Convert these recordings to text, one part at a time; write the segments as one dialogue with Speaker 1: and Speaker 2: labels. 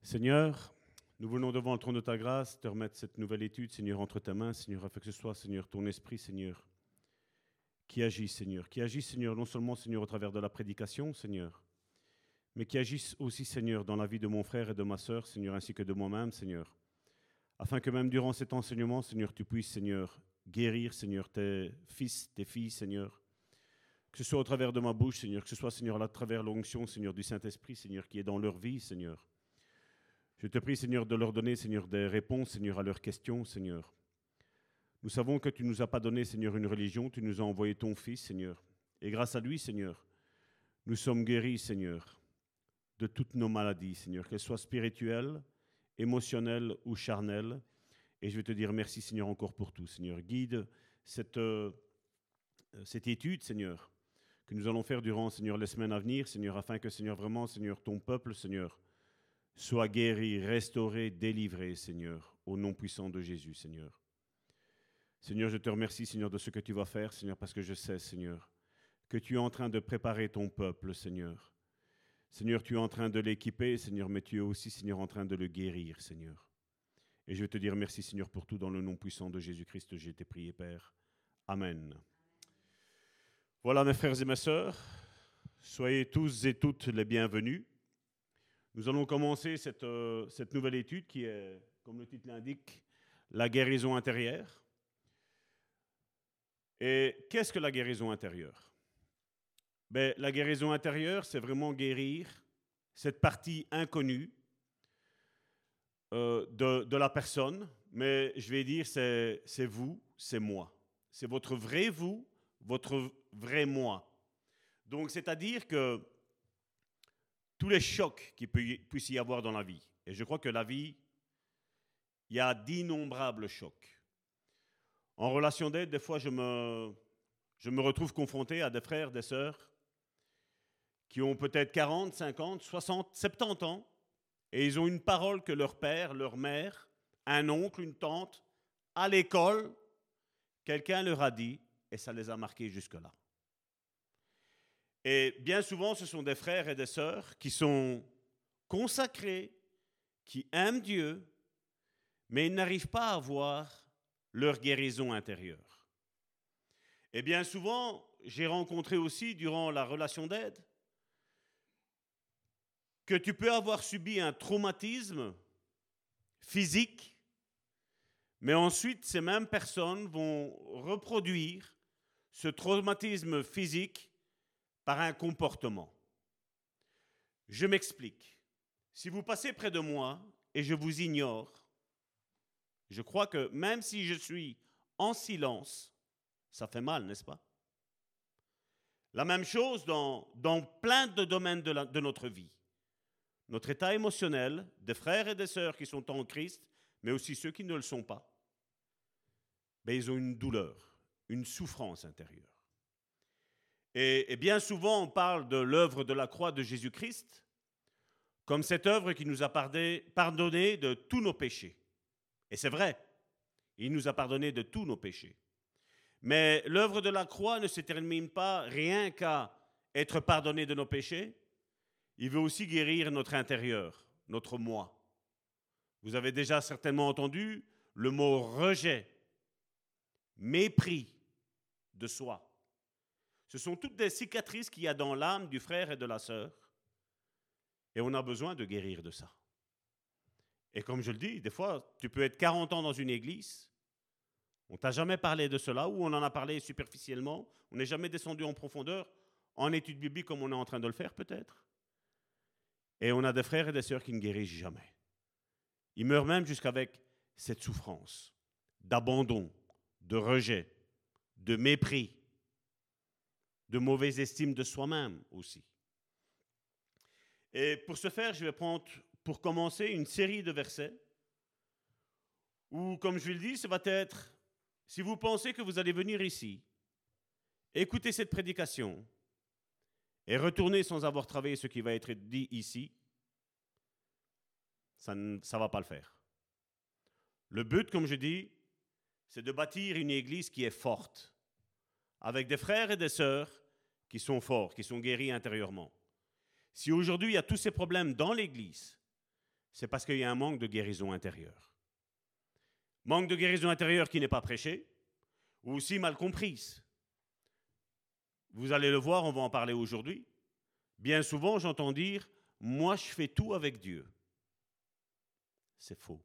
Speaker 1: Seigneur, nous venons devant le trône de ta grâce, te remettre cette nouvelle étude, Seigneur, entre ta main, Seigneur, afin que ce soit, Seigneur, ton esprit, Seigneur, qui agit, Seigneur, non seulement, Seigneur, au travers de la prédication, Seigneur, mais qui agisse aussi, Seigneur, dans la vie de mon frère et de ma sœur, Seigneur, ainsi que de moi-même, Seigneur, afin que même durant cet enseignement, Seigneur, tu puisses, Seigneur, guérir, Seigneur, tes fils, tes filles, Seigneur, que ce soit au travers de ma bouche, Seigneur, que ce soit, Seigneur, à travers l'onction, Seigneur, du Saint-Esprit, Seigneur, qui est dans leur vie, Seigneur. Je te prie, Seigneur, de leur donner, Seigneur, des réponses, Seigneur, à leurs questions, Seigneur. Nous savons que tu ne nous as pas donné, Seigneur, une religion, tu nous as envoyé ton Fils, Seigneur. Et grâce à lui, Seigneur, nous sommes guéris, Seigneur, de toutes nos maladies, Seigneur, qu'elles soient spirituelles, émotionnelles ou charnelles. Et je vais te dire merci, Seigneur, encore pour tout, Seigneur. Guide cette étude, Seigneur, que nous allons faire durant, Seigneur, les semaines à venir, Seigneur, afin que, Seigneur, vraiment, Seigneur, ton peuple, Seigneur, soit guéri, restauré, délivré, Seigneur, au nom puissant de Jésus, Seigneur. Seigneur, je te remercie, Seigneur, de ce que tu vas faire, Seigneur, parce que je sais, Seigneur, que tu es en train de préparer ton peuple, Seigneur. Seigneur, tu es en train de l'équiper, Seigneur, mais tu es aussi, Seigneur, en train de le guérir, Seigneur. Et je veux te dire merci, Seigneur, pour tout, dans le nom puissant de Jésus-Christ, j'ai été prié, Père. Amen. Voilà, mes frères et mes sœurs, soyez tous et toutes les bienvenus. Nous allons commencer cette nouvelle étude qui est, comme le titre l'indique, la guérison intérieure. Et qu'est-ce que la guérison intérieure? La guérison intérieure, c'est vraiment guérir cette partie inconnue de la personne, mais je vais dire c'est vous, c'est moi. C'est votre vrai vous, votre vrai moi. Donc, c'est-à-dire que tous les chocs qu'il puisse y avoir dans la vie. Et je crois que la vie, il y a d'innombrables chocs. En relation d'aide, des fois, je me retrouve confronté à des frères, des sœurs qui ont peut-être 40, 50, 60, 70 ans et ils ont une parole que leur père, leur mère, un oncle, une tante, à l'école, quelqu'un leur a dit et ça les a marqués jusque-là. Et bien souvent, ce sont des frères et des sœurs qui sont consacrés, qui aiment Dieu, mais ils n'arrivent pas à voir leur guérison intérieure. Et bien souvent, j'ai rencontré aussi, durant la relation d'aide, que tu peux avoir subi un traumatisme physique, mais ensuite, ces mêmes personnes vont reproduire ce traumatisme physique par un comportement. Je m'explique. Si vous passez près de moi et je vous ignore, je crois que même si je suis en silence, ça fait mal, n'est-ce pas? La même chose dans plein de domaines de notre vie. Notre état émotionnel, des frères et des sœurs qui sont en Christ, mais aussi ceux qui ne le sont pas, ils ont une douleur, une souffrance intérieure. Et bien souvent, on parle de l'œuvre de la croix de Jésus-Christ comme cette œuvre qui nous a pardonné de tous nos péchés. Et c'est vrai, il nous a pardonné de tous nos péchés. Mais l'œuvre de la croix ne se termine pas rien qu'à être pardonné de nos péchés. Il veut aussi guérir notre intérieur, notre moi. Vous avez déjà certainement entendu le mot rejet, mépris de soi. Ce sont toutes des cicatrices qu'il y a dans l'âme du frère et de la sœur. Et on a besoin de guérir de ça. Et comme je le dis, des fois, tu peux être 40 ans dans une église, on ne t'a jamais parlé de cela, ou on en a parlé superficiellement, on n'est jamais descendu en profondeur, en étude biblique comme on est en train de le faire peut-être. Et on a des frères et des sœurs qui ne guérissent jamais. Ils meurent même jusqu'avec cette souffrance d'abandon, de rejet, de mépris, de mauvaise estime de soi-même aussi. Et pour ce faire, je vais prendre pour commencer une série de versets où, comme je le dis, ça va être, si vous pensez que vous allez venir ici, écouter cette prédication et retourner sans avoir travaillé ce qui va être dit ici, ça ne va pas le faire. Le but, comme je dis, c'est de bâtir une église qui est forte, avec des frères et des sœurs qui sont forts, qui sont guéris intérieurement. Si aujourd'hui il y a tous ces problèmes dans l'église, c'est parce qu'il y a un manque de guérison intérieure. Manque de guérison intérieure qui n'est pas prêchée, ou aussi mal comprise. Vous allez le voir, on va en parler aujourd'hui. Bien souvent, j'entends dire « moi, je fais tout avec Dieu ». C'est faux.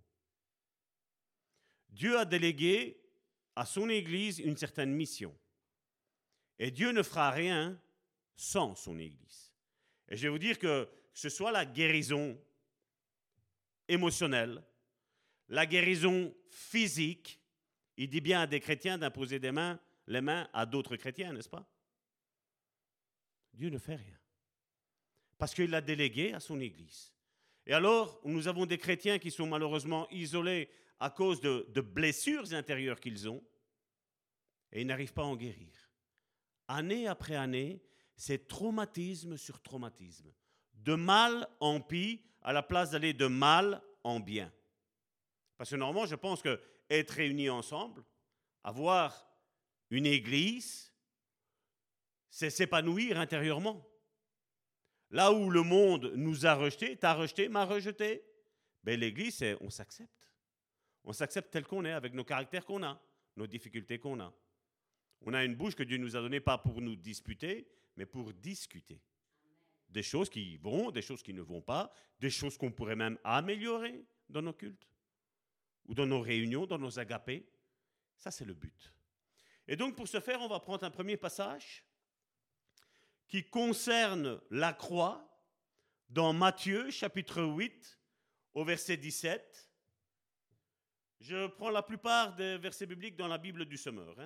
Speaker 1: Dieu a délégué à son Église une certaine mission. Et Dieu ne fera rien sans son Église. Et je vais vous dire que ce soit la guérison émotionnelle, la guérison physique, il dit bien à des chrétiens d'imposer les mains à d'autres chrétiens, n'est-ce pas? Dieu ne fait rien. Parce qu'il l'a délégué à son Église. Et alors, nous avons des chrétiens qui sont malheureusement isolés à cause de blessures intérieures qu'ils ont, et ils n'arrivent pas à en guérir. Année après année, c'est traumatisme sur traumatisme. De mal en pis, à la place d'aller de mal en bien. Parce que normalement, je pense qu'être réunis ensemble, avoir une église, c'est s'épanouir intérieurement. Là où le monde nous a rejetés, t'a rejeté, m'a rejeté, ben l'église, c'est on s'accepte. On s'accepte tel qu'on est, avec nos caractères qu'on a, nos difficultés qu'on a. On a une bouche que Dieu nous a donnée, pas pour nous disputer, mais pour discuter. Des choses qui vont, des choses qui ne vont pas, des choses qu'on pourrait même améliorer dans nos cultes, ou dans nos réunions, dans nos agapés. Ça, c'est le but. Et donc, pour ce faire, on va prendre un premier passage qui concerne la croix dans Matthieu, chapitre 8, au verset 17. Je prends la plupart des versets bibliques dans la Bible du Semeur.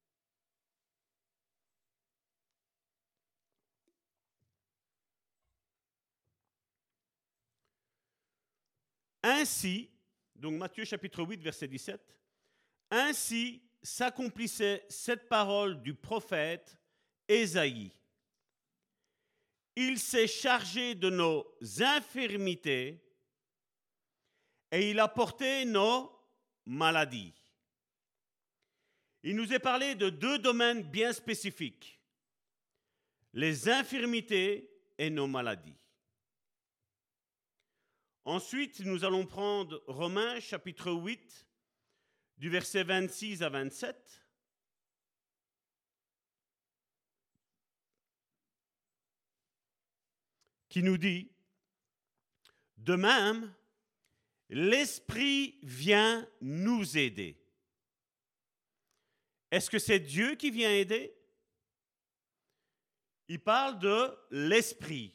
Speaker 1: Ainsi, donc Matthieu chapitre 8, verset 17, ainsi s'accomplissait cette parole du prophète Ésaïe. Il s'est chargé de nos infirmités et il a porté nos maladies. Il nous est parlé de deux domaines bien spécifiques, les infirmités et nos maladies. Ensuite, nous allons prendre Romains chapitre 8, du verset 26 à 27. Qui nous dit, de même, l'Esprit vient nous aider. Est-ce que c'est Dieu qui vient aider? Il parle de l'Esprit.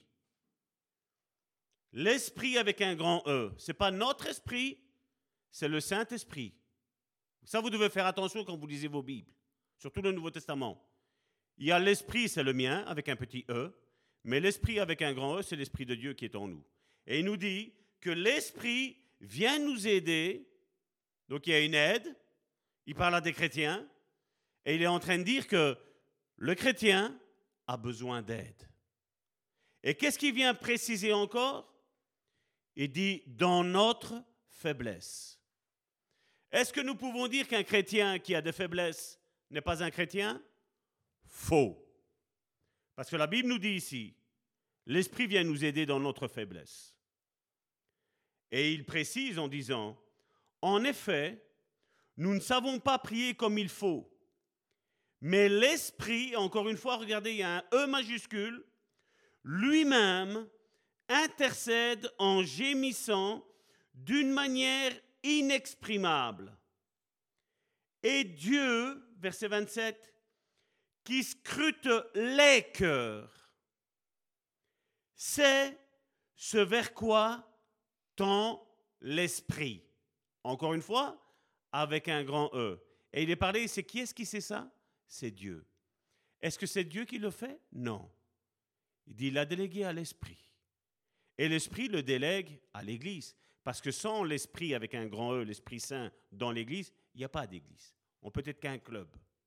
Speaker 1: L'Esprit avec un grand E. Ce n'est pas notre esprit, c'est le Saint-Esprit. Ça, vous devez faire attention quand vous lisez vos Bibles, surtout le Nouveau Testament. Il y a l'Esprit, c'est le mien, avec un petit E, mais l'Esprit avec un grand E, c'est l'Esprit de Dieu qui est en nous. Et il nous dit que l'Esprit vient nous aider, donc il y a une aide, il parle à des chrétiens, et il est en train de dire que le chrétien a besoin d'aide. Et qu'est-ce qu'il vient préciser encore? Il dit, dans notre faiblesse. Est-ce que nous pouvons dire qu'un chrétien qui a des faiblesses n'est pas un chrétien? Faux. Parce que la Bible nous dit ici, l'Esprit vient nous aider dans notre faiblesse. Et il précise en disant, en effet, nous ne savons pas prier comme il faut, mais l'Esprit, encore une fois, regardez, il y a un E majuscule, lui-même intercède en gémissant d'une manière inexprimable. Et Dieu, verset 27, qui scrute les cœurs, c'est ce vers quoi tend l'Esprit. Encore une fois, avec un grand E. Et il est parlé, c'est qui est-ce qui sait ça? C'est Dieu. Est-ce que c'est Dieu qui le fait? Non. Il dit, il l'a délégué à l'Esprit. Et l'Esprit le délègue à l'Église. Parce que sans l'Esprit avec un grand E, l'Esprit Saint dans l'Église, il n'y a pas d'Église. On peut être qu'un club.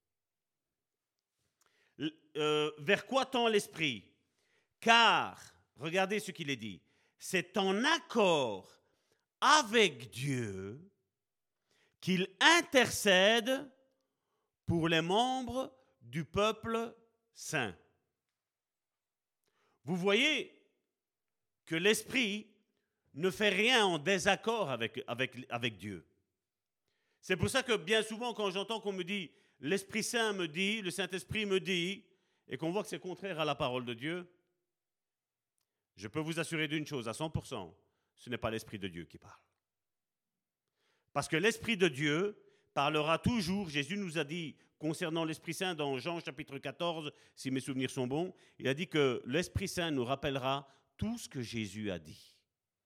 Speaker 1: Vers quoi tend l'Esprit? Car, regardez ce qu'il est dit, c'est en accord avec Dieu qu'il intercède pour les membres du peuple saint. Vous voyez que l'Esprit ne fait rien en désaccord avec Dieu. C'est pour ça que bien souvent, quand j'entends qu'on me dit « l'Esprit Saint me dit, le Saint-Esprit me dit », et qu'on voit que c'est contraire à la parole de Dieu, je peux vous assurer d'une chose à 100%, ce n'est pas l'Esprit de Dieu qui parle. Parce que l'Esprit de Dieu parlera toujours, Jésus nous a dit concernant l'Esprit Saint dans Jean chapitre 14, si mes souvenirs sont bons, il a dit que l'Esprit Saint nous rappellera tout ce que Jésus a dit.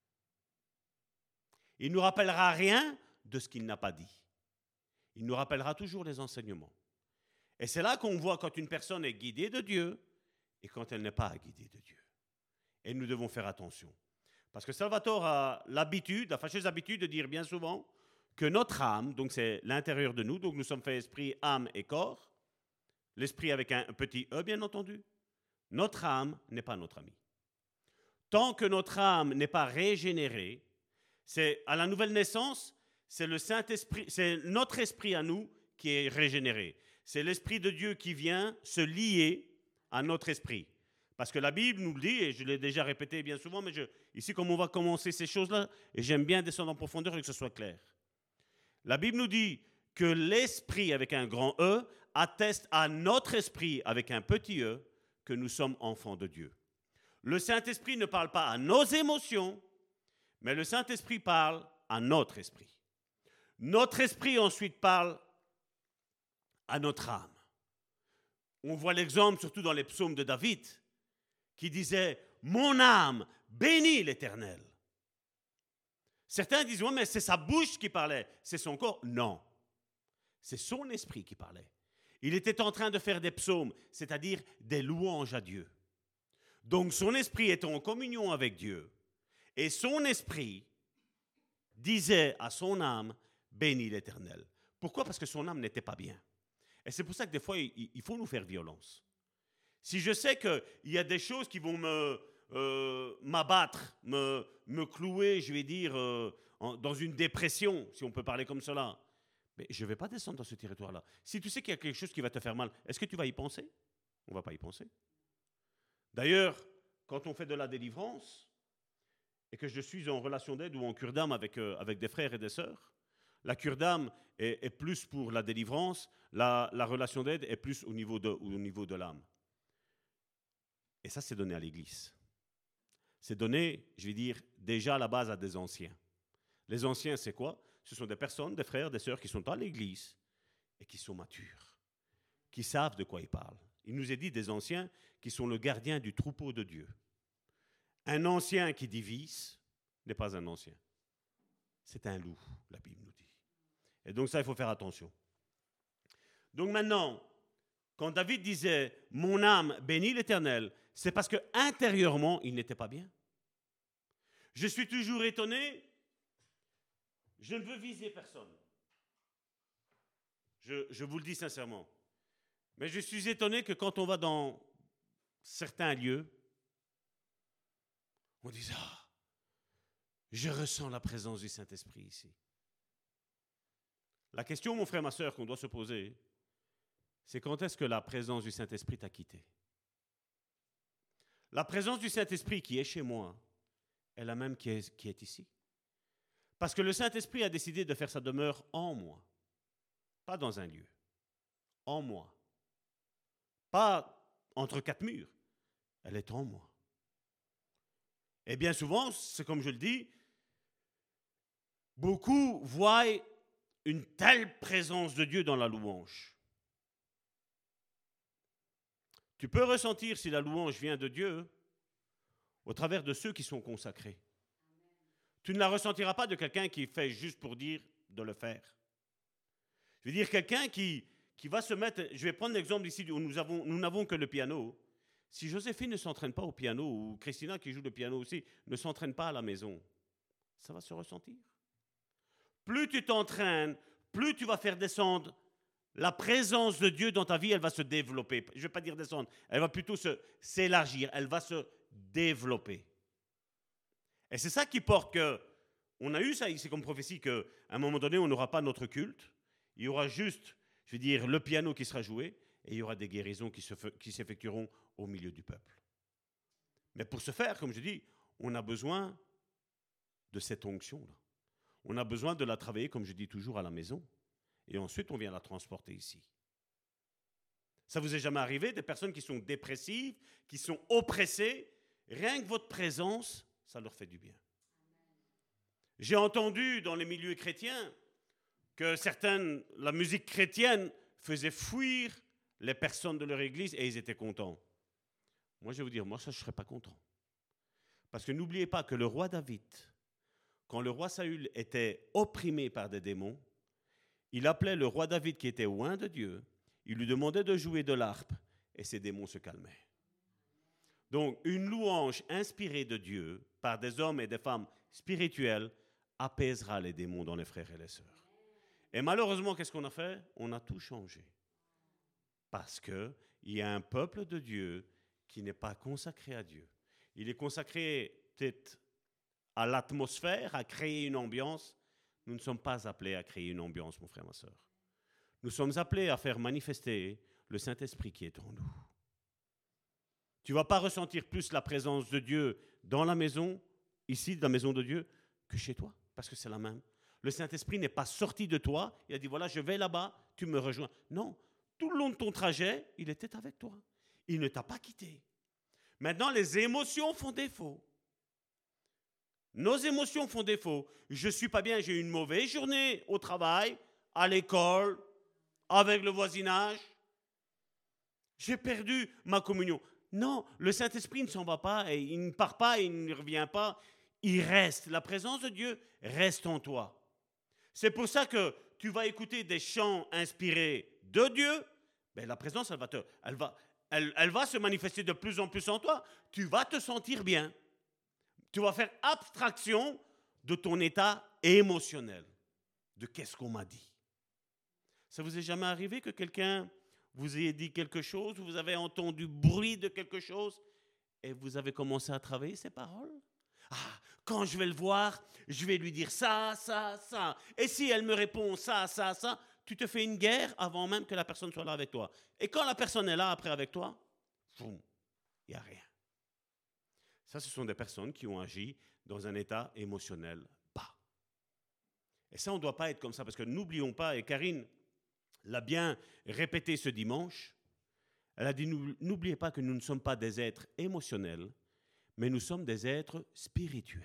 Speaker 1: Il ne nous rappellera rien de ce qu'il n'a pas dit. Il nous rappellera toujours les enseignements. Et c'est là qu'on voit quand une personne est guidée de Dieu et quand elle n'est pas guidée de Dieu. Et nous devons faire attention. Parce que Salvatore a l'habitude, la fâcheuse habitude de dire bien souvent que notre âme, donc c'est l'intérieur de nous, donc nous sommes faits esprit, âme et corps, l'esprit avec un petit E bien entendu, notre âme n'est pas notre ami. Tant que notre âme n'est pas régénérée, c'est à la nouvelle naissance, c'est le Saint-Esprit, c'est notre esprit à nous qui est régénéré. C'est l'Esprit de Dieu qui vient se lier à notre esprit. Parce que la Bible nous le dit, et je l'ai déjà répété bien souvent, mais ici, comme on va commencer ces choses-là, et j'aime bien descendre en profondeur et que ce soit clair. La Bible nous dit que l'Esprit, avec un grand E, atteste à notre esprit, avec un petit E, que nous sommes enfants de Dieu. Le Saint-Esprit ne parle pas à nos émotions, mais le Saint-Esprit parle à notre esprit. Notre esprit ensuite parle à notre âme. On voit l'exemple surtout dans les psaumes de David, qui disait « Mon âme bénit l'Éternel ». Certains disent « Ouais, mais c'est sa bouche qui parlait, c'est son corps ». Non, c'est son esprit qui parlait. Il était en train de faire des psaumes, c'est-à-dire des louanges à Dieu. Donc son esprit était en communion avec Dieu. Et son esprit disait à son âme « Bénis l'Éternel ». Pourquoi? Parce que son âme n'était pas bien. Et c'est pour ça que des fois, il faut nous faire violence. Si je sais qu'il y a des choses qui vont m'abattre, me clouer, je vais dire, dans une dépression, si on peut parler comme cela, mais je ne vais pas descendre dans ce territoire-là. Si tu sais qu'il y a quelque chose qui va te faire mal, est-ce que tu vas y penser? On ne va pas y penser. D'ailleurs, quand on fait de la délivrance, et que je suis en relation d'aide ou en cure d'âme avec des frères et des sœurs, la cure d'âme est plus pour la délivrance, la relation d'aide est plus au niveau de l'âme. Et ça, c'est donné à l'Église. C'est donné, je vais dire, déjà à la base à des anciens. Les anciens, c'est quoi? Ce sont des personnes, des frères, des sœurs qui sont à l'Église et qui sont matures, qui savent de quoi ils parlent. Il nous est dit des anciens qui sont le gardien du troupeau de Dieu. Un ancien qui divise n'est pas un ancien. C'est un loup, la Bible nous dit. Et donc ça, il faut faire attention. Donc maintenant, quand David disait « Mon âme bénit l'Éternel », c'est parce qu'intérieurement, il n'était pas bien. Je suis toujours étonné, je ne veux viser personne. Je vous le dis sincèrement. Mais je suis étonné que quand on va dans certains lieux, on dise « Ah, je ressens la présence du Saint-Esprit ici ». La question, mon frère, ma soeur, qu'on doit se poser, c'est quand est-ce que la présence du Saint-Esprit t'a quitté? La présence du Saint-Esprit qui est chez moi est la même qui est ici. Parce que le Saint-Esprit a décidé de faire sa demeure en moi, pas dans un lieu, en moi. Pas entre quatre murs, elle est en moi. Et bien souvent, c'est comme je le dis, beaucoup voient une telle présence de Dieu dans la louange. Tu peux ressentir si la louange vient de Dieu au travers de ceux qui sont consacrés. Tu ne la ressentiras pas de quelqu'un qui fait juste pour dire de le faire. Je veux dire, quelqu'un qui va se mettre... Je vais prendre l'exemple ici où nous n'avons que le piano. Si Joséphine ne s'entraîne pas au piano, ou Christina qui joue le piano aussi, ne s'entraîne pas à la maison, ça va se ressentir. Plus tu t'entraînes, plus tu vas faire descendre la présence de Dieu dans ta vie, elle va se développer. Je ne vais pas dire descendre, elle va plutôt s'élargir, elle va se développer. Et c'est ça qui porte que, on a eu ça ici comme prophétie, qu'à un moment donné, on n'aura pas notre culte, il y aura juste, je veux dire, le piano qui sera joué, et il y aura des guérisons qui s'effectueront au milieu du peuple. Mais pour ce faire, comme je dis, on a besoin de cette onction-là. On a besoin de la travailler, comme je dis toujours, à la maison. Et ensuite, on vient la transporter ici. Ça vous est jamais arrivé, des personnes qui sont dépressives, qui sont oppressées, rien que votre présence, ça leur fait du bien. J'ai entendu dans les milieux chrétiens que la musique chrétienne faisait fuir les personnes de leur église et ils étaient contents. Moi, je vais vous dire, moi, ça, je ne serais pas content. Parce que n'oubliez pas que le roi David, quand le roi Saül était opprimé par des démons, il appelait le roi David qui était loin de Dieu, il lui demandait de jouer de l'harpe et ses démons se calmaient. Donc, une louange inspirée de Dieu par des hommes et des femmes spirituels apaisera les démons dans les frères et les sœurs. Et malheureusement, qu'est-ce qu'on a fait? On a tout changé. Parce qu'il y a un peuple de Dieu qui n'est pas consacré à Dieu. Il est consacré peut-être à l'atmosphère, à créer une ambiance. Nous ne sommes pas appelés à créer une ambiance, mon frère, ma sœur. Nous sommes appelés à faire manifester le Saint-Esprit qui est en nous. Tu ne vas pas ressentir plus la présence de Dieu dans la maison, ici, dans la maison de Dieu, que chez toi, parce que c'est la même. Le Saint-Esprit n'est pas sorti de toi, il a dit, voilà, je vais là-bas, tu me rejoins. Non, tout le long de ton trajet, il était avec toi. Il ne t'a pas quitté. Maintenant, les émotions font défaut. Nos émotions font défaut. Je ne suis pas bien, j'ai eu une mauvaise journée au travail, à l'école, avec le voisinage. J'ai perdu ma communion. Non, le Saint-Esprit ne s'en va pas, et il ne part pas, et il ne revient pas. Il reste. La présence de Dieu reste en toi. C'est pour ça que tu vas écouter des chants inspirés de Dieu. Ben, la présence, elle va se manifester de plus en plus en toi. Tu vas te sentir bien. Tu vas faire abstraction de ton état émotionnel, de qu'est-ce qu'on m'a dit. Ça vous est jamais arrivé que quelqu'un vous ait dit quelque chose, vous avez entendu bruit de quelque chose et vous avez commencé à travailler ces paroles? Ah, quand je vais le voir, je vais lui dire ça, ça, ça. Et si elle me répond ça, ça, ça, tu te fais une guerre avant même que la personne soit là avec toi. Et quand la personne est là après avec toi, il n'y a rien. Ça, ce sont des personnes qui ont agi dans un état émotionnel bas. Et ça, on ne doit pas être comme ça, parce que n'oublions pas, et Karine l'a bien répété ce dimanche, elle a dit, n'oubliez pas que nous ne sommes pas des êtres émotionnels, mais nous sommes des êtres spirituels.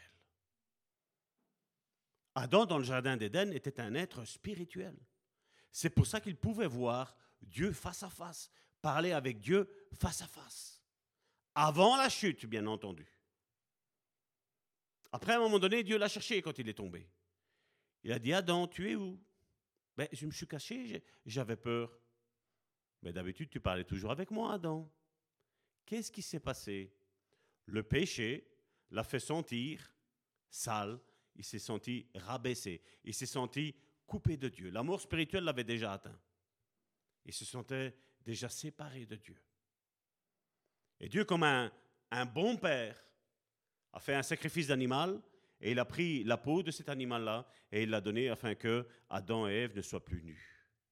Speaker 1: Adam, dans le jardin d'Éden, était un être spirituel. C'est pour ça qu'il pouvait voir Dieu face à face, parler avec Dieu face à face. Avant la chute, bien entendu. Après, à un moment donné, Dieu l'a cherché quand il est tombé. Il a dit, Adam, tu es où? Ben, je me suis caché, j'avais peur. Mais d'habitude, tu parlais toujours avec moi, Adam. Qu'est-ce qui s'est passé? Le péché l'a fait sentir sale, il s'est senti rabaissé, il s'est senti coupé de Dieu. La mort spirituelle l'avait déjà atteint. Il se sentait déjà séparé de Dieu. Et Dieu, comme un bon père, a fait un sacrifice d'animal et il a pris la peau de cet animal-là et il l'a donné afin que Adam et Ève ne soient plus nus.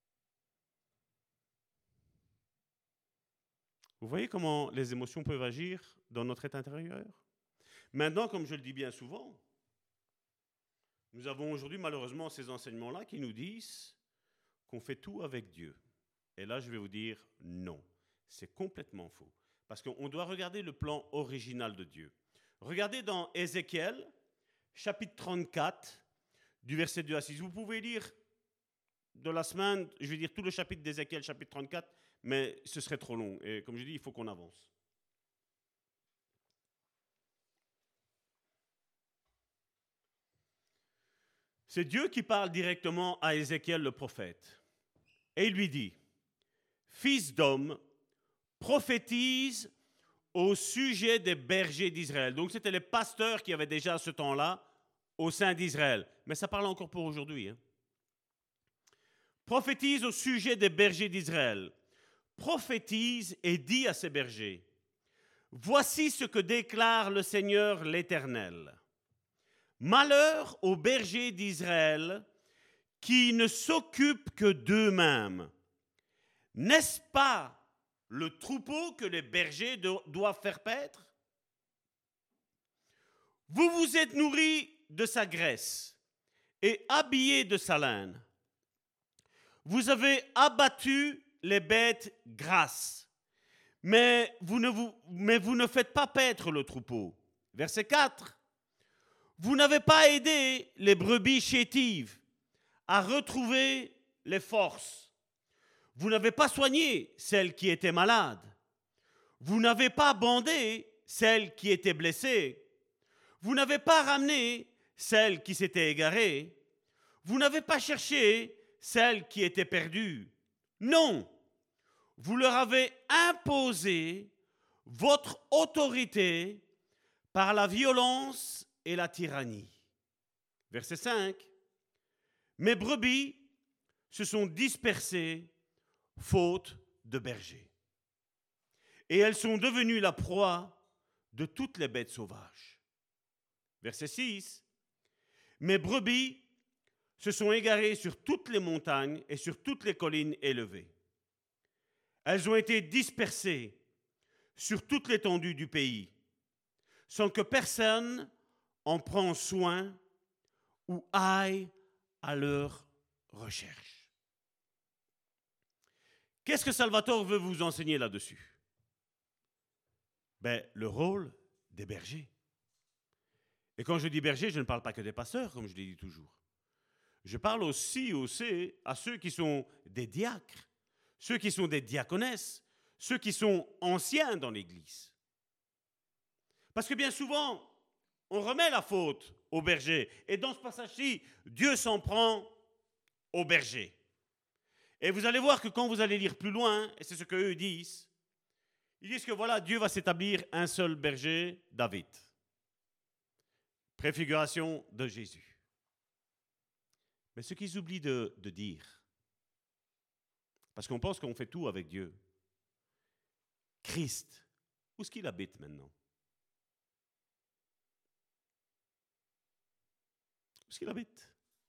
Speaker 1: Vous voyez comment les émotions peuvent agir dans notre être intérieur? Maintenant, comme je le dis bien souvent, nous avons aujourd'hui malheureusement ces enseignements-là qui nous disent qu'on fait tout avec Dieu. Et là, je vais vous dire non, c'est complètement faux. Parce qu'on doit regarder le plan original de Dieu. Regardez dans Ézéchiel, chapitre 34, du verset 2 à 6. Vous pouvez lire de la semaine, je vais dire tout le chapitre d'Ézéchiel, chapitre 34, mais ce serait trop long. Et comme je dis, il faut qu'on avance. C'est Dieu qui parle directement à Ézéchiel le prophète. Et il lui dit, « Fils d'homme, prophétise au sujet des bergers d'Israël. » Donc c'était les pasteurs qui avaient déjà à ce temps-là au sein d'Israël. Mais ça parle encore pour aujourd'hui. Hein. Prophétise au sujet des bergers d'Israël. Prophétise et dit à ces bergers, « Voici ce que déclare le Seigneur l'Éternel. Malheur aux bergers d'Israël qui ne s'occupent que d'eux-mêmes. N'est-ce pas le troupeau que les bergers doivent faire paître? Vous vous êtes nourris de sa graisse et habillé de sa laine. Vous avez abattu les bêtes grasses, mais vous ne faites pas paître le troupeau. Verset 4. Vous n'avez pas aidé les brebis chétives à retrouver les forces. Vous n'avez pas soigné celles qui étaient malades. Vous n'avez pas bandé celles qui étaient blessées. Vous n'avez pas ramené celles qui s'étaient égarées. Vous n'avez pas cherché celles qui étaient perdues. Non, vous leur avez imposé votre autorité par la violence et la tyrannie. Verset 5. Mes brebis se sont dispersées faute de berger. Et elles sont devenues la proie de toutes les bêtes sauvages. Verset 6. Mes brebis se sont égarées sur toutes les montagnes et sur toutes les collines élevées. Elles ont été dispersées sur toute l'étendue du pays, sans que personne en prenne soin ou aille à leur recherche. Qu'est-ce que Salvatore veut vous enseigner là-dessus? Le rôle des bergers. Et quand je dis berger, je ne parle pas que des pasteurs, comme je l'ai dit toujours. Je parle aussi à ceux qui sont des diacres, ceux qui sont des diaconesses, ceux qui sont anciens dans l'Église. Parce que bien souvent, on remet la faute aux bergers. Et dans ce passage-ci, Dieu s'en prend aux bergers. Et vous allez voir que quand vous allez lire plus loin, et c'est ce qu'eux disent, ils disent que voilà, Dieu va s'établir un seul berger, David. Préfiguration de Jésus. Mais ce qu'ils oublient de dire, parce qu'on pense qu'on fait tout avec Dieu, Christ, où est-ce qu'il habite maintenant? Où est-ce qu'il habite?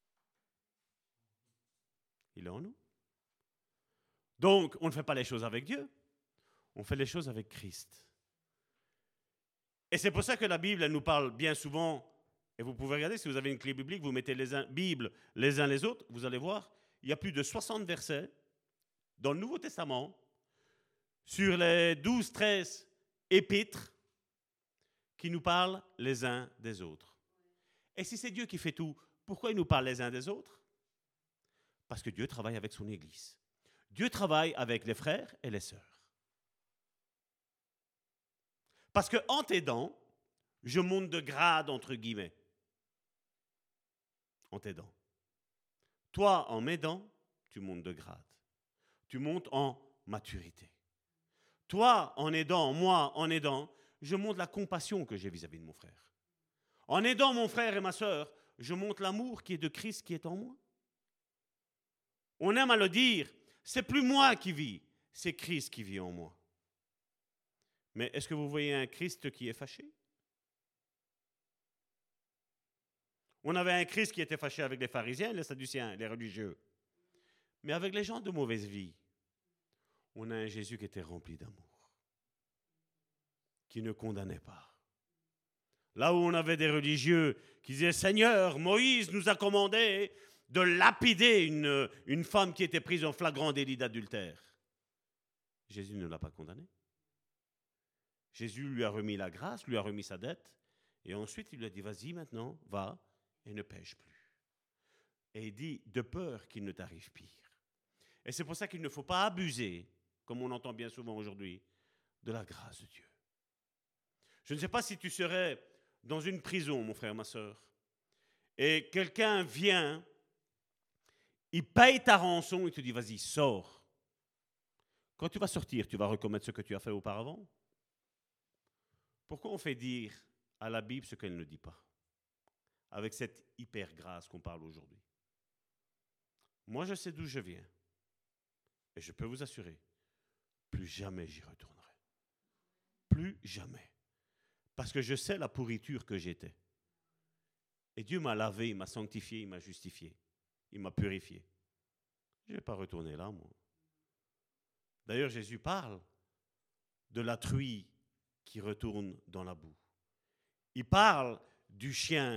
Speaker 1: Il est en nous. Donc, on ne fait pas les choses avec Dieu, on fait les choses avec Christ. Et c'est pour ça que la Bible, elle nous parle bien souvent, et vous pouvez regarder, si vous avez une clé biblique, vous mettez les Bibles les uns les autres, vous allez voir, il y a plus de 60 versets dans le Nouveau Testament sur les 12-13 épîtres qui nous parlent les uns des autres. Et si c'est Dieu qui fait tout, pourquoi il nous parle les uns des autres? Parce que Dieu travaille avec son Église. Dieu travaille avec les frères et les sœurs. Parce qu'en t'aidant, je monte de grade, entre guillemets. En t'aidant. Toi, en m'aidant, tu montes de grade. Tu montes en maturité. Toi, en aidant, moi, en aidant, je montre la compassion que j'ai vis-à-vis de mon frère. En aidant mon frère et ma sœur, je montre l'amour qui est de Christ qui est en moi. On aime à le dire, c'est plus moi qui vis, c'est Christ qui vit en moi. Mais est-ce que vous voyez un Christ qui est fâché? On avait un Christ qui était fâché avec les pharisiens, les sadduciens, les religieux. Mais avec les gens de mauvaise vie, on a un Jésus qui était rempli d'amour, qui ne condamnait pas. Là où on avait des religieux qui disaient « Seigneur, Moïse nous a commandé de lapider une femme qui était prise en flagrant délit d'adultère. » Jésus ne l'a pas condamné. Jésus lui a remis la grâce, lui a remis sa dette, et ensuite il lui a dit « Vas-y maintenant, va et ne pêche plus. » Et il dit « De peur qu'il ne t'arrive pire. » Et c'est pour ça qu'il ne faut pas abuser, comme on entend bien souvent aujourd'hui, de la grâce de Dieu. Je ne sais pas si tu serais dans une prison, mon frère, ma sœur, et quelqu'un vient, il paye ta rançon, il te dit, vas-y, sors. Quand tu vas sortir, tu vas recommettre ce que tu as fait auparavant. Pourquoi on fait dire à la Bible ce qu'elle ne dit pas, avec cette hyper grâce qu'on parle aujourd'hui? Moi, je sais d'où je viens. Et je peux vous assurer, plus jamais j'y retournerai. Plus jamais. Parce que je sais la pourriture que j'étais. Et Dieu m'a lavé, il m'a sanctifié, il m'a justifié. Il m'a purifié. Je ne vais pas retourner là, moi. D'ailleurs, Jésus parle de la truie qui retourne dans la boue. Il parle du chien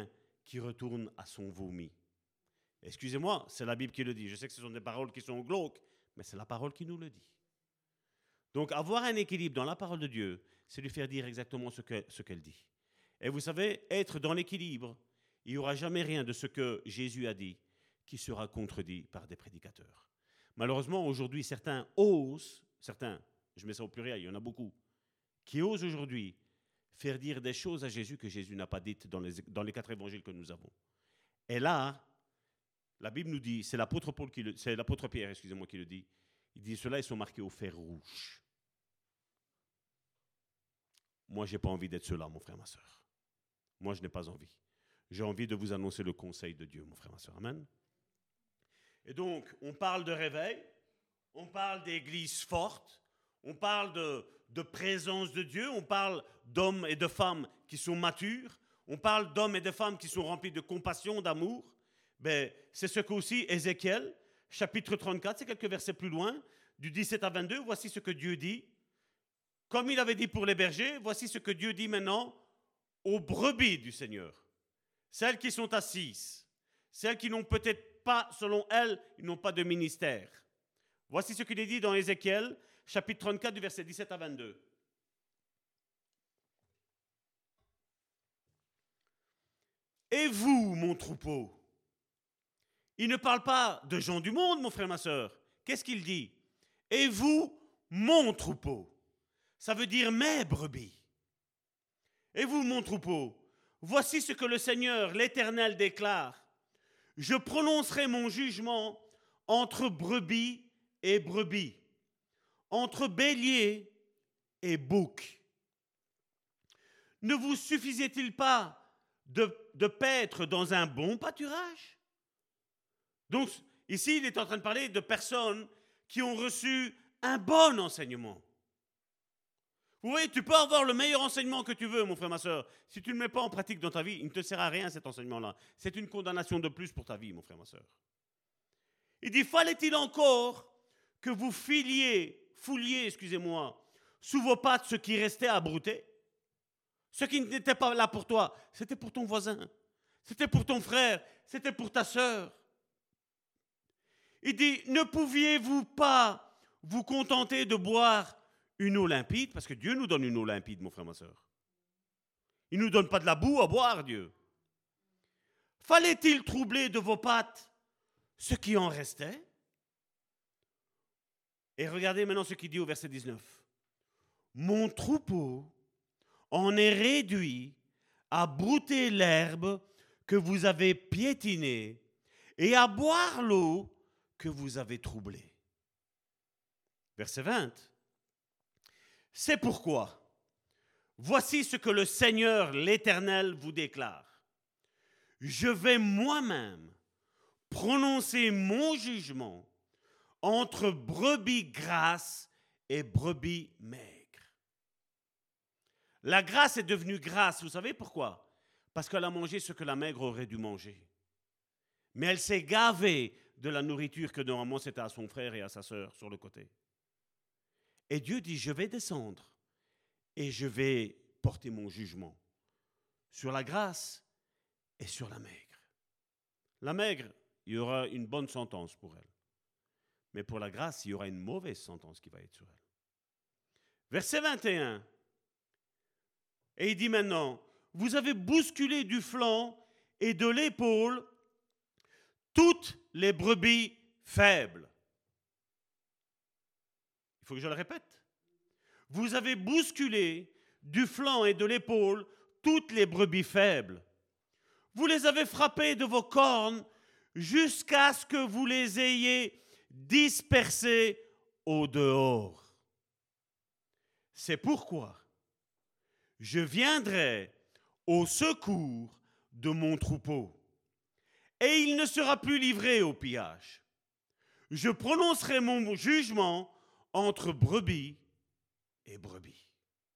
Speaker 1: qui retourne à son vomi. Excusez-moi, c'est la Bible qui le dit. Je sais que ce sont des paroles qui sont glauques, mais c'est la parole qui nous le dit. Donc avoir un équilibre dans la parole de Dieu, c'est lui faire dire exactement ce qu'elle dit. Et vous savez, être dans l'équilibre, il n'y aura jamais rien de ce que Jésus a dit qui sera contredit par des prédicateurs. Malheureusement, aujourd'hui, certains, je mets ça au pluriel, il y en a beaucoup, qui osent aujourd'hui faire dire des choses à Jésus que Jésus n'a pas dites dans les 4 évangiles que nous avons. Et là, la Bible nous dit, c'est l'apôtre Pierre, qui le dit, il dit, ceux-là, ils sont marqués au fer rouge. Moi, je n'ai pas envie d'être ceux-là, mon frère, ma soeur. Moi, je n'ai pas envie. J'ai envie de vous annoncer le conseil de Dieu, mon frère, ma soeur. Amen. Et donc, on parle de réveil, on parle d'église forte, on parle de présence de Dieu, on parle d'hommes et de femmes qui sont matures, on parle d'hommes et de femmes qui sont remplis de compassion, d'amour. Ben, c'est ce qu'aussi Ézéchiel, chapitre 34, c'est quelques versets plus loin, du 17 à 22, voici ce que Dieu dit. Comme il avait dit pour les bergers, voici ce que Dieu dit maintenant aux brebis du Seigneur. Celles qui sont assises, celles qui n'ont peut-être pas, selon elles, ils n'ont pas de ministère. Voici ce qu'il est dit dans Ézéchiel, chapitre 34, du verset 17 à 22. Et vous, mon troupeau, il ne parle pas de gens du monde, mon frère, ma soeur. Qu'est-ce qu'il dit? Et vous, mon troupeau. Ça veut dire mes brebis. Et vous, mon troupeau, voici ce que le Seigneur, l'Éternel, déclare. Je prononcerai mon jugement entre brebis et brebis, entre bélier et bouc. Ne vous suffisait-il pas de paître dans un bon pâturage? Donc, ici, il est en train de parler de personnes qui ont reçu un bon enseignement. Vous voyez, tu peux avoir le meilleur enseignement que tu veux, mon frère, ma soeur. Si tu ne le mets pas en pratique dans ta vie, il ne te sert à rien, cet enseignement-là. C'est une condamnation de plus pour ta vie, mon frère, ma soeur. Il dit, fallait-il encore que vous fouliez, sous vos pattes ce qui restait à brouter? Ce qui n'était pas là pour toi, c'était pour ton voisin, c'était pour ton frère, c'était pour ta soeur. Il dit, ne pouviez-vous pas vous contenter de boire une eau limpide? Parce que Dieu nous donne une eau limpide, mon frère, ma soeur. Il ne nous donne pas de la boue à boire, Dieu. Fallait-il troubler de vos pattes ce qui en restait? Et regardez maintenant ce qu'il dit au verset 19. Mon troupeau en est réduit à brouter l'herbe que vous avez piétinée et à boire l'eau que vous avez troublée. Verset 20. C'est pourquoi, voici ce que le Seigneur, l'Éternel, vous déclare. Je vais moi-même prononcer mon jugement entre brebis grasses et brebis maigres. La grasse est devenue grasse, vous savez pourquoi? Parce qu'elle a mangé ce que la maigre aurait dû manger. Mais elle s'est gavée de la nourriture que normalement c'était à son frère et à sa sœur sur le côté. Et Dieu dit, je vais descendre et je vais porter mon jugement sur la grasse et sur la maigre. La maigre, il y aura une bonne sentence pour elle. Mais pour la grasse, il y aura une mauvaise sentence qui va être sur elle. Verset 21. Et il dit maintenant, vous avez bousculé du flanc et de l'épaule toutes les brebis faibles. Il faut que je le répète. Vous avez bousculé du flanc et de l'épaule toutes les brebis faibles. Vous les avez frappées de vos cornes jusqu'à ce que vous les ayez dispersées au dehors. C'est pourquoi je viendrai au secours de mon troupeau et il ne sera plus livré au pillage. Je prononcerai mon jugement entre brebis et brebis.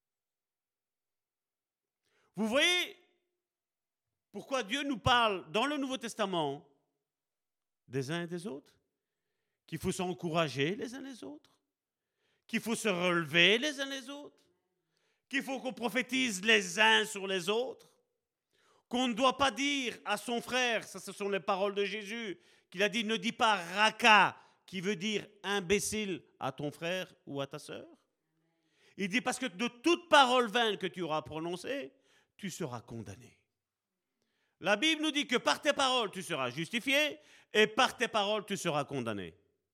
Speaker 1: Vous voyez pourquoi Dieu nous parle dans le Nouveau Testament des uns et des autres? Qu'il faut s'encourager les uns les autres, qu'il faut se relever les uns les autres, qu'il faut qu'on prophétise les uns sur les autres, qu'on ne doit pas dire à son frère, ça ce sont les paroles de Jésus, qu'il a dit ne dis pas raka, qui veut dire imbécile à ton frère ou à ta sœur. Il dit parce que de toute parole vaine que tu auras prononcée, tu seras condamné. La Bible nous dit que par tes paroles tu seras justifié et par tes paroles tu seras condamné.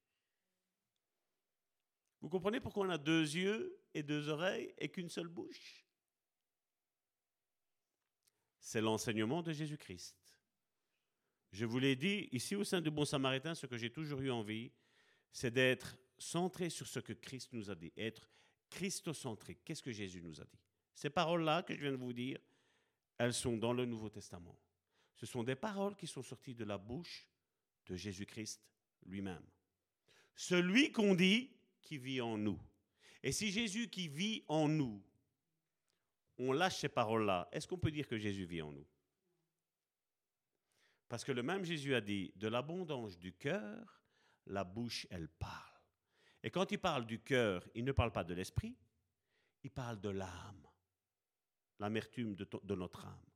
Speaker 1: Vous comprenez pourquoi on a 2 yeux et 2 oreilles et qu'une seule bouche? C'est l'enseignement de Jésus-Christ. Je vous l'ai dit, ici au sein du Bon Samaritain, ce que j'ai toujours eu envie, c'est d'être centré sur ce que Christ nous a dit, être christocentrique. Qu'est-ce que Jésus nous a dit? Ces paroles-là que je viens de vous dire, elles sont dans le Nouveau Testament. Ce sont des paroles qui sont sorties de la bouche de Jésus-Christ lui-même. Celui qu'on dit qui vit en nous. Et si Jésus qui vit en nous, on lâche ces paroles-là, est-ce qu'on peut dire que Jésus vit en nous? Parce que le même Jésus a dit, de l'abondance du cœur, la bouche, elle parle. Et quand il parle du cœur, il ne parle pas de l'esprit, il parle de l'âme, l'amertume de notre âme.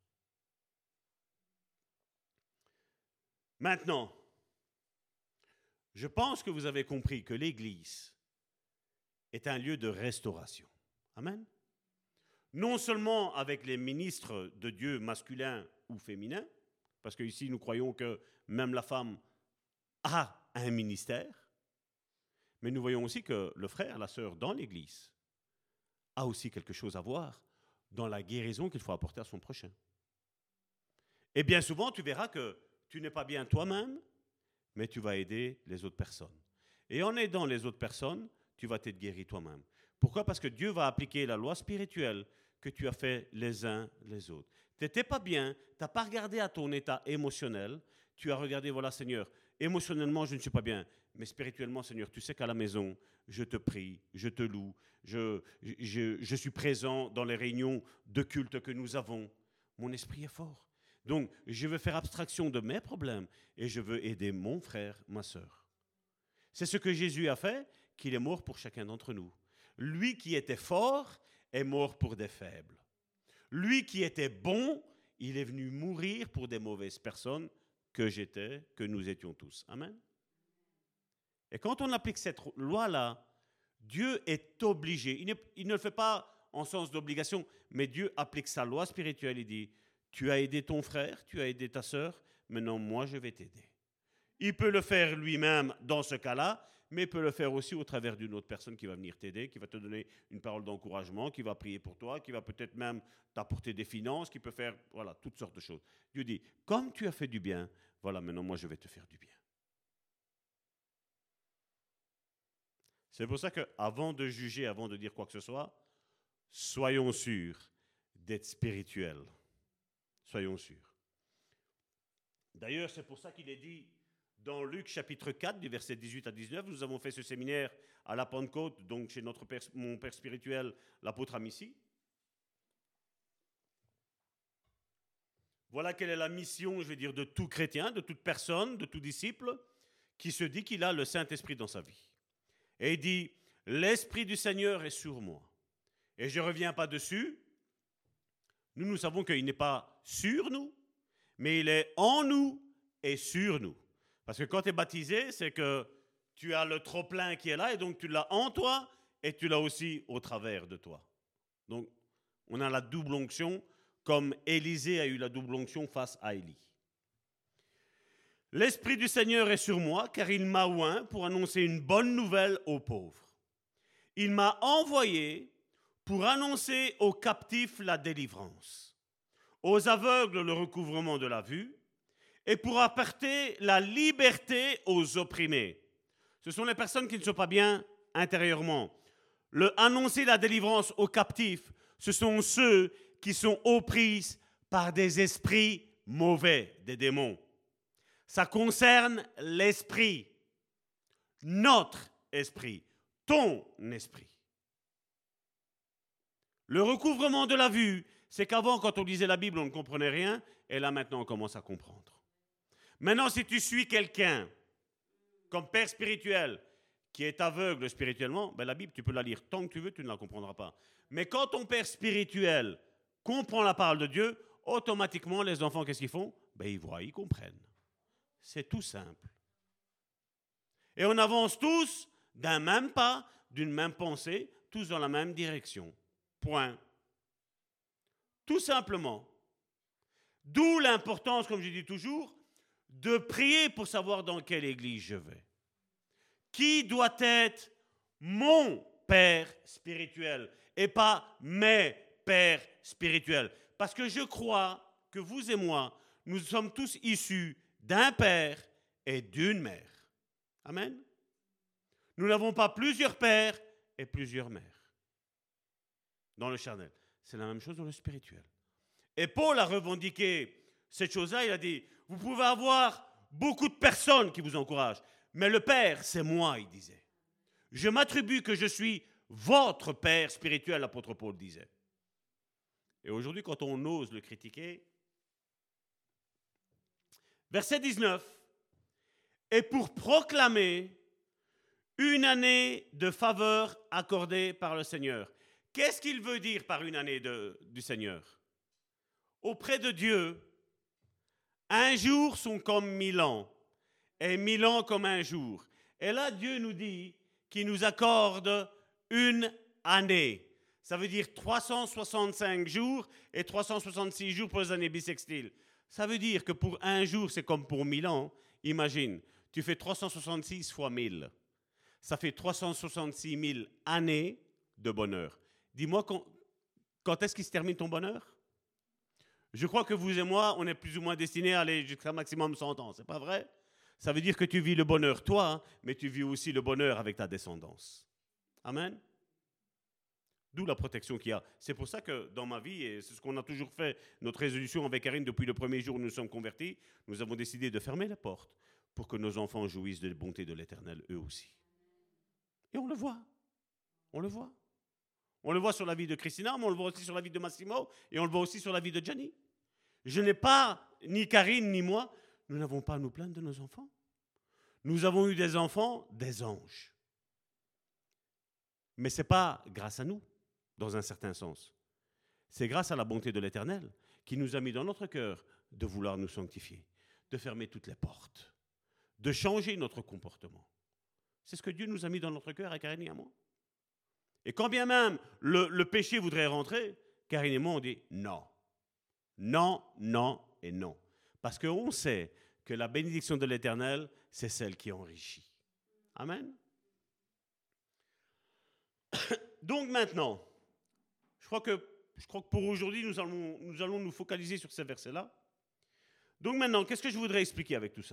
Speaker 1: Maintenant, je pense que vous avez compris que l'Église est un lieu de restauration. Amen. Non seulement avec les ministres de Dieu masculins ou féminins, parce qu'ici nous croyons que même la femme a un ministère, mais nous voyons aussi que le frère, la sœur dans l'Église a aussi quelque chose à voir dans la guérison qu'il faut apporter à son prochain. Et bien souvent, tu verras que tu n'es pas bien toi-même, mais tu vas aider les autres personnes. Et en aidant les autres personnes, tu vas t'être guéri toi-même. Pourquoi? Parce que Dieu va appliquer la loi spirituelle que tu as fait les uns les autres. Tu n'étais pas bien, tu n'as pas regardé à ton état émotionnel, tu as regardé, voilà Seigneur, émotionnellement je ne suis pas bien, mais spirituellement Seigneur, tu sais qu'à la maison, je te prie, je te loue, je suis présent dans les réunions de culte que nous avons. Mon esprit est fort. Donc, je veux faire abstraction de mes problèmes et je veux aider mon frère, ma sœur. C'est ce que Jésus a fait, qu'il est mort pour chacun d'entre nous. Lui qui était fort est mort pour des faibles. Lui qui était bon, il est venu mourir pour des mauvaises personnes que nous étions tous. Amen. Et quand on applique cette loi-là, Dieu est obligé. Il ne le fait pas en sens d'obligation, mais Dieu applique sa loi spirituelle. Il dit, tu as aidé ton frère, tu as aidé ta sœur, maintenant moi je vais t'aider. Il peut le faire lui-même dans ce cas-là, mais il peut le faire aussi au travers d'une autre personne qui va venir t'aider, qui va te donner une parole d'encouragement, qui va prier pour toi, qui va peut-être même t'apporter des finances, qui peut faire voilà, toutes sortes de choses. Dieu dit, comme tu as fait du bien, voilà, maintenant moi je vais te faire du bien. C'est pour ça qu'avant de juger, avant de dire quoi que ce soit, soyons sûrs d'être spirituels. Soyons sûrs. D'ailleurs, c'est pour ça qu'il est dit dans Luc chapitre 4, du verset 18 à 19, nous avons fait ce séminaire à la Pentecôte, donc chez mon père spirituel, l'apôtre Amici. Voilà quelle est la mission, je vais dire, de tout chrétien, de toute personne, de tout disciple, qui se dit qu'il a le Saint-Esprit dans sa vie. Et il dit, l'Esprit du Seigneur est sur moi. Et je ne reviens pas dessus. Nous savons qu'il n'est pas sur nous, mais il est en nous et sur nous. Parce que quand tu es baptisé, c'est que tu as le trop-plein qui est là, et donc tu l'as en toi, et tu l'as aussi au travers de toi. Donc, on a la double onction, comme Élisée a eu la double onction face à Élie. L'Esprit du Seigneur est sur moi, car il m'a oint pour annoncer une bonne nouvelle aux pauvres. Il m'a envoyé pour annoncer aux captifs la délivrance, aux aveugles le recouvrement de la vue, et pour apporter la liberté aux opprimés. Ce sont les personnes qui ne sont pas bien intérieurement. Annoncer la délivrance aux captifs, ce sont ceux qui sont aux prises par des esprits mauvais, des démons. Ça concerne l'esprit, notre esprit, ton esprit. Le recouvrement de la vue, c'est qu'avant, quand on lisait la Bible, on ne comprenait rien, et là, maintenant, on commence à comprendre. Maintenant, si tu suis quelqu'un comme père spirituel qui est aveugle spirituellement, ben la Bible, tu peux la lire tant que tu veux, tu ne la comprendras pas. Mais quand ton père spirituel comprend la parole de Dieu, automatiquement, les enfants, qu'est-ce qu'ils font? Ben, ils voient, ils comprennent. C'est tout simple. Et on avance tous d'un même pas, d'une même pensée, tous dans la même direction. Point. Tout simplement. D'où l'importance, comme je dis toujours, de prier pour savoir dans quelle église je vais. Qui doit être mon père spirituel et pas mes pères spirituels. Parce que je crois que vous et moi, nous sommes tous issus d'un père et d'une mère. Amen. Nous n'avons pas plusieurs pères et plusieurs mères. Dans le charnel. C'est la même chose dans le spirituel. Et Paul a revendiqué cette chose-là. Il a dit, vous pouvez avoir beaucoup de personnes qui vous encouragent. Mais le Père, c'est moi, il disait. Je m'attribue que je suis votre Père spirituel, l'apôtre Paul disait. Et aujourd'hui, quand on ose le critiquer, verset 19, et pour proclamer une année de faveur accordée par le Seigneur. Qu'est-ce qu'il veut dire par une année du Seigneur? Auprès de Dieu, un jour sont comme 1000 ans, et 1000 ans comme un jour. Et là, Dieu nous dit qu'il nous accorde une année. Ça veut dire 365 jours et 366 jours pour les années bissextiles. Ça veut dire que pour un jour, c'est comme pour 1000 ans. Imagine, tu fais 366 fois 1000. Ça fait 366 000 années de bonheur. Dis-moi, quand est-ce qu'il se termine ton bonheur? Je crois que vous et moi, on est plus ou moins destinés à aller jusqu'à maximum 100 ans. C'est pas vrai? Ça veut dire que tu vis le bonheur toi, mais tu vis aussi le bonheur avec ta descendance. Amen? D'où la protection qu'il y a. C'est pour ça que dans ma vie, et c'est ce qu'on a toujours fait, notre résolution avec Karine depuis le premier jour où nous nous sommes convertis, nous avons décidé de fermer les portes pour que nos enfants jouissent de la bonté de l'Éternel eux aussi. Et on le voit. On le voit. On le voit sur la vie de Christina, mais on le voit aussi sur la vie de Massimo, et on le voit aussi sur la vie de Gianni. Je n'ai pas, ni Karine, ni moi, nous n'avons pas à nous plaindre de nos enfants. Nous avons eu des enfants, des anges. Mais ce n'est pas grâce à nous, dans un certain sens. C'est grâce à la bonté de l'Éternel qui nous a mis dans notre cœur de vouloir nous sanctifier, de fermer toutes les portes, de changer notre comportement. C'est ce que Dieu nous a mis dans notre cœur à Karine et à moi. Et quand bien même le péché voudrait rentrer, Karine et moi on dit non. Non, non et non. Parce qu'on sait que la bénédiction de l'Éternel, c'est celle qui enrichit. Amen. Donc maintenant, je crois que pour aujourd'hui, nous allons nous focaliser sur ces versets-là. Donc maintenant, qu'est-ce que je voudrais expliquer avec tout ça?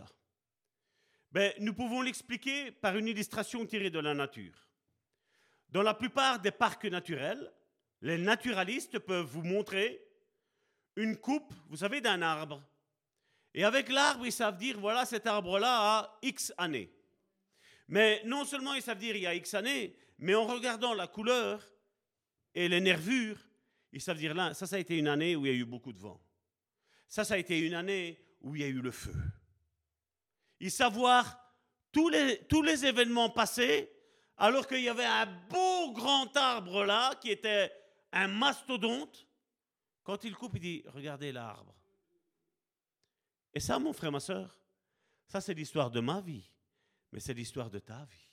Speaker 1: Nous pouvons l'expliquer par une illustration tirée de la nature. Dans la plupart des parcs naturels, les naturalistes peuvent vous montrer une coupe, vous savez, d'un arbre. Et avec l'arbre, ils savent dire, voilà, cet arbre-là a X années. Mais non seulement ils savent dire il y a X années, mais en regardant la couleur et les nervures, ils savent dire là, ça a été une année où il y a eu beaucoup de vent. Ça a été une année où il y a eu le feu. Ils savent voir tous les événements passés, alors qu'il y avait un beau grand arbre là, qui était un mastodonte. Quand il coupe, il dit, regardez l'arbre. Et ça, mon frère, ma soeur, ça c'est l'histoire de ma vie, mais c'est l'histoire de ta vie.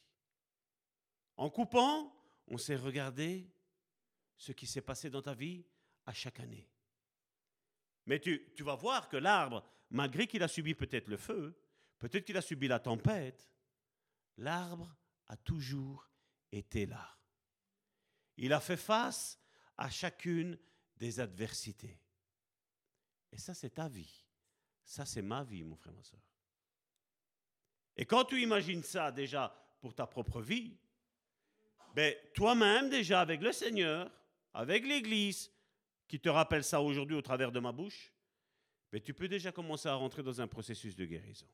Speaker 1: En coupant, on sait regarder ce qui s'est passé dans ta vie à chaque année. Mais tu vas voir que l'arbre, malgré qu'il a subi peut-être le feu, peut-être qu'il a subi la tempête, l'arbre a toujours été là. Il a fait face à chacune des adversités. Et ça, c'est ta vie. Ça, c'est ma vie, mon frère, ma soeur. Et quand tu imagines ça déjà pour ta propre vie, toi-même déjà avec le Seigneur, avec l'Église, qui te rappelle ça aujourd'hui au travers de ma bouche, tu peux déjà commencer à rentrer dans un processus de guérison.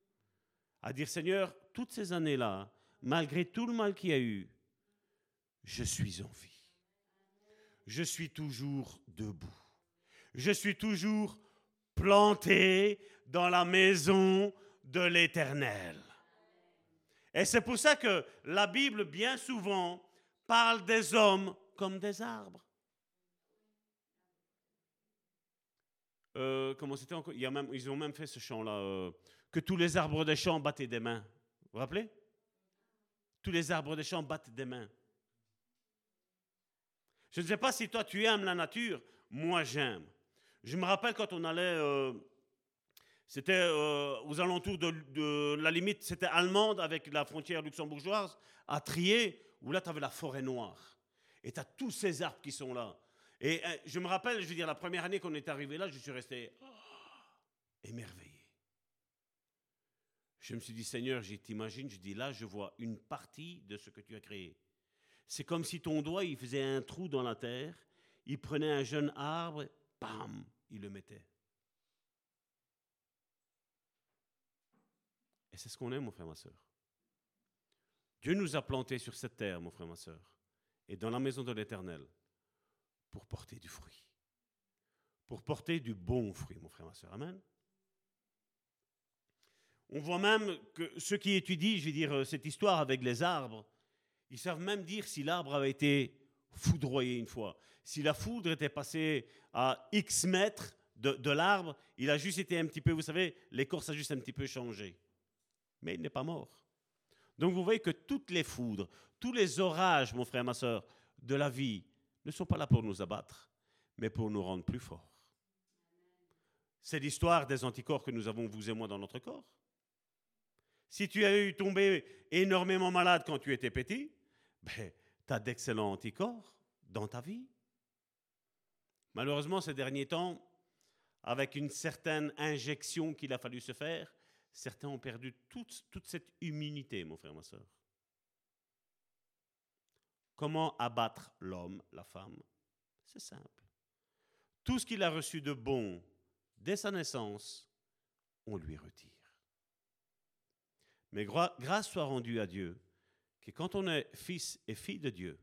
Speaker 1: À dire, Seigneur, toutes ces années-là, malgré tout le mal qu'il y a eu, je suis en vie. Je suis toujours debout. Je suis toujours planté dans la maison de l'Éternel. Et c'est pour ça que la Bible, bien souvent, parle des hommes comme des arbres. comment c'était encore, ils ont même fait ce chant-là, que tous les arbres des champs battaient des mains. Vous vous rappelez? Tous les arbres des champs battent des mains. Je ne sais pas si toi tu aimes la nature, moi j'aime. Je me rappelle quand on allait, c'était aux alentours de la limite, c'était allemande avec la frontière luxembourgeoise, à Trier, où là tu avais la forêt noire. Et tu as tous ces arbres qui sont là. Et je me rappelle, je veux dire, la première année qu'on est arrivé là, je suis resté émerveillé. Je me suis dit, Seigneur, je t'imagine, je dis là, je vois une partie de ce que tu as créé. C'est comme si ton doigt, il faisait un trou dans la terre, il prenait un jeune arbre, bam, il le mettait. Et c'est ce qu'on aime, mon frère, ma soeur. Dieu nous a plantés sur cette terre, mon frère, ma soeur, et dans la maison de l'Éternel, pour porter du fruit. Pour porter du bon fruit, mon frère, ma soeur. Amen. On voit même que ceux qui étudient, je vais dire, cette histoire avec les arbres, ils savent même dire si l'arbre avait été foudroyé une fois. Si la foudre était passée à X mètres de l'arbre, il a juste été un petit peu, vous savez, l'écorce a juste un petit peu changé. Mais il n'est pas mort. Donc vous voyez que toutes les foudres, tous les orages, mon frère, ma soeur, de la vie, ne sont pas là pour nous abattre, mais pour nous rendre plus forts. C'est l'histoire des anticorps que nous avons, vous et moi, dans notre corps. Si tu as eu tombé énormément malade quand tu étais petit, ben, tu as d'excellents anticorps dans ta vie. Malheureusement, ces derniers temps, avec une certaine injection qu'il a fallu se faire, certains ont perdu toute cette immunité, mon frère, ma soeur. Comment abattre l'homme, la femme? C'est simple. Tout ce qu'il a reçu de bon dès sa naissance, on lui retire. Mais grâce soit rendue à Dieu, que quand on est fils et fille de Dieu,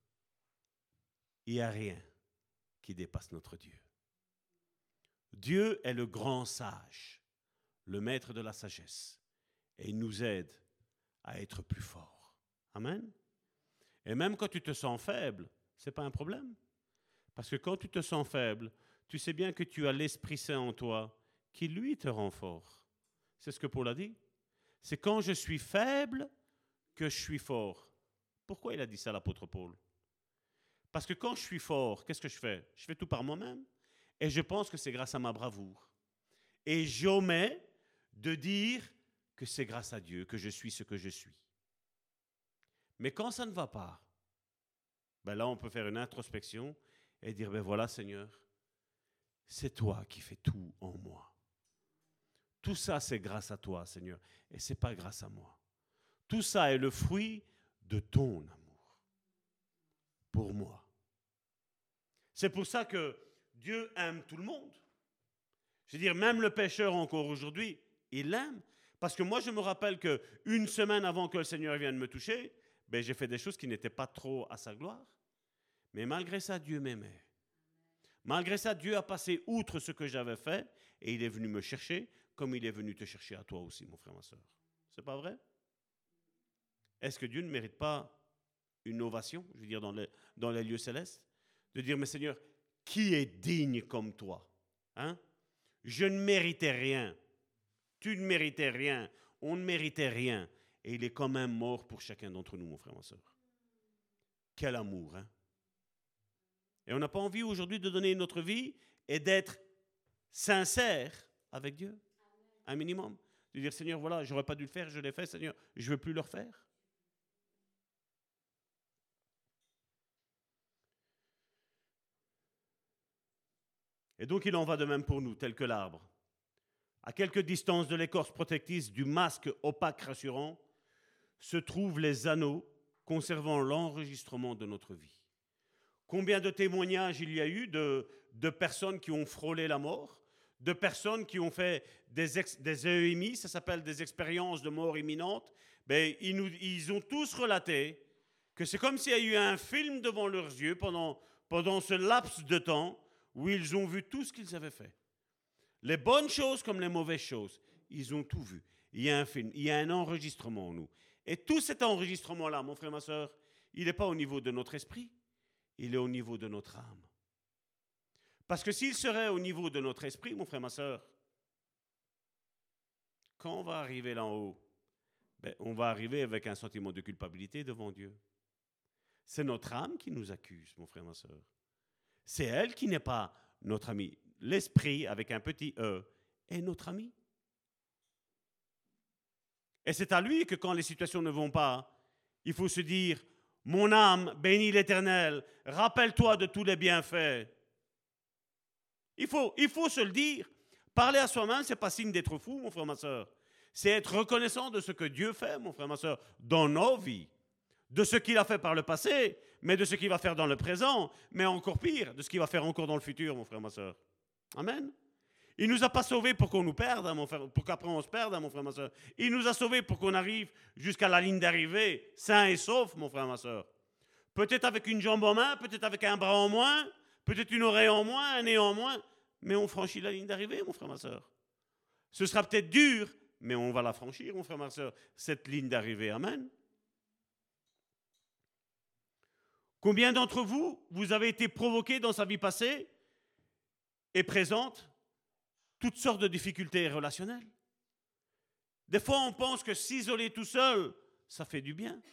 Speaker 1: il n'y a rien qui dépasse notre Dieu. Dieu est le grand sage, le maître de la sagesse, et il nous aide à être plus forts. Amen. Et même quand tu te sens faible, ce n'est pas un problème. Parce que quand tu te sens faible, tu sais bien que tu as l'Esprit Saint en toi qui, lui, te rend fort. C'est ce que Paul a dit. C'est quand je suis faible que je suis fort. Pourquoi il a dit ça, l'apôtre Paul? Parce que quand je suis fort, qu'est-ce que je fais? Je fais tout par moi-même. Et je pense que c'est grâce à ma bravoure. Et j'omets de dire que c'est grâce à Dieu que je suis ce que je suis. Mais quand ça ne va pas, ben là, on peut faire une introspection et dire, ben voilà, Seigneur, c'est toi qui fais tout en moi. Tout ça, c'est grâce à toi, Seigneur, et ce n'est pas grâce à moi. Tout ça est le fruit de ton amour pour moi. C'est pour ça que Dieu aime tout le monde. Je veux dire, même le pécheur encore aujourd'hui, il l'aime. Parce que moi, je me rappelle qu'une semaine avant que le Seigneur vienne me toucher, ben, j'ai fait des choses qui n'étaient pas trop à sa gloire. Mais malgré ça, Dieu m'aimait. Malgré ça, Dieu a passé outre ce que j'avais fait et il est venu me chercher comme il est venu te chercher à toi aussi, mon frère, ma soeur. C'est pas vrai? Est-ce que Dieu ne mérite pas une ovation, je veux dire, dans les lieux célestes? De dire, mais Seigneur, qui est digne comme toi? Hein? Je ne méritais rien. Tu ne méritais rien. On ne méritait rien. Et il est quand même mort pour chacun d'entre nous, mon frère, ma soeur. Quel amour, hein? Et on n'a pas envie aujourd'hui de donner notre vie et d'être sincère avec Dieu. Un minimum. De dire, Seigneur, voilà, j'aurais pas dû le faire, je l'ai fait, Seigneur, je ne veux plus le refaire. Et donc, il en va de même pour nous, tel que l'arbre. À quelque distance de l'écorce protectrice du masque opaque rassurant, se trouvent les anneaux conservant l'enregistrement de notre vie. Combien de témoignages il y a eu de personnes qui ont frôlé la mort, de personnes qui ont fait des EMI, ça s'appelle des expériences de mort imminente. Ben, ils ont tous relaté que c'est comme s'il y a eu un film devant leurs yeux pendant ce laps de temps où ils ont vu tout ce qu'ils avaient fait. Les bonnes choses comme les mauvaises choses, ils ont tout vu. Il y a un film, il y a un enregistrement en nous. Et tout cet enregistrement-là, mon frère, ma soeur, il n'est pas au niveau de notre esprit, il est au niveau de notre âme. Parce que s'il serait au niveau de notre esprit, mon frère, ma soeur, quand on va arriver là en haut, on va arriver avec un sentiment de culpabilité devant Dieu. C'est notre âme qui nous accuse, mon frère, ma soeur. C'est elle qui n'est pas notre ami. L'esprit, avec un petit E, est notre ami. Et c'est à lui que quand les situations ne vont pas, il faut se dire, mon âme, bénis l'Éternel, rappelle-toi de tous les bienfaits. Il faut se le dire. Parler à soi-même, ce n'est pas signe d'être fou, mon frère, ma soeur. C'est être reconnaissant de ce que Dieu fait, mon frère, ma soeur, dans nos vies. De ce qu'il a fait par le passé, mais de ce qu'il va faire dans le présent, mais encore pire, de ce qu'il va faire encore dans le futur, mon frère, ma soeur. Amen. Il ne nous a pas sauvés pour qu'on nous perde, hein, mon frère, pour qu'après on se perde, hein, mon frère, ma soeur. Il nous a sauvés pour qu'on arrive jusqu'à la ligne d'arrivée, sain et sauf, mon frère, ma soeur. Peut-être avec une jambe en main, peut-être avec un bras en moins, peut-être une oreille en moins, un nez en moins, mais on franchit la ligne d'arrivée, mon frère, ma soeur. Ce sera peut-être dur, mais on va la franchir, mon frère, ma soeur, cette ligne d'arrivée. Amen. Combien d'entre vous, vous avez été provoqués dans sa vie passée et présente toutes sortes de difficultés relationnelles? Des fois, on pense que s'isoler tout seul, ça fait du bien.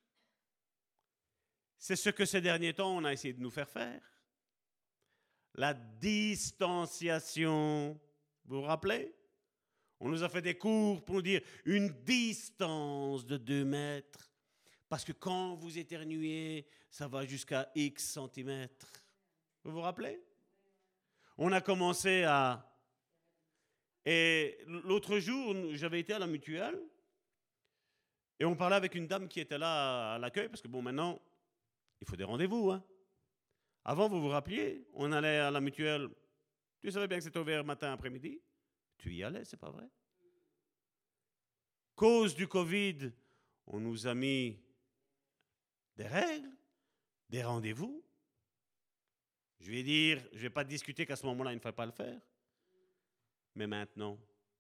Speaker 1: C'est ce que ces derniers temps, on a essayé de nous faire faire. La distanciation. Vous vous rappelez? On nous a fait des cours pour nous dire une distance de 2 mètres. Parce que quand vous éternuez, ça va jusqu'à X centimètres. Vous vous rappelez? On a commencé à... Et l'autre jour, j'avais été à la mutuelle et on parlait avec une dame qui était là à l'accueil, parce que bon, maintenant, il faut des rendez-vous. Hein. Avant, vous vous rappeliez, on allait à la mutuelle, tu savais bien que c'était ouvert matin, après-midi, tu y allais, c'est pas vrai? Cause du Covid, on nous a mis des règles, des rendez-vous. Je vais dire, je ne vais pas discuter qu'à ce moment-là, il ne fallait pas le faire. Mais maintenant.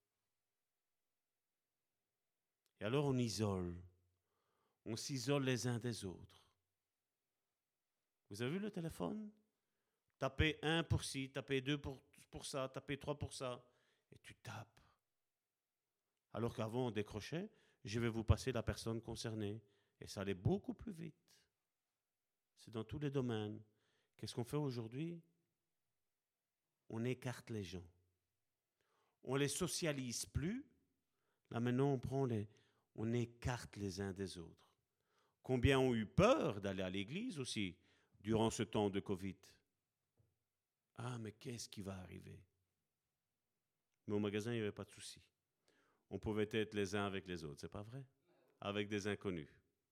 Speaker 1: Et alors on isole. On s'isole les uns des autres. Vous avez vu le téléphone? Tapez 1 pour ci, tapez 2 pour ça, tapez 3 pour ça. Et tu tapes. Alors qu'avant on décrochait, je vais vous passer la personne concernée. Et ça allait beaucoup plus vite. C'est dans tous les domaines. Qu'est-ce qu'on fait aujourd'hui? On écarte les gens. On ne les socialise plus. Là maintenant, on écarte les uns des autres. Combien ont eu peur d'aller à l'église aussi durant ce temps de Covid? Ah, mais qu'est-ce qui va arriver? Mais au magasin, il n'y avait pas de souci. On pouvait être les uns avec les autres, c'est pas vrai? Avec des inconnus.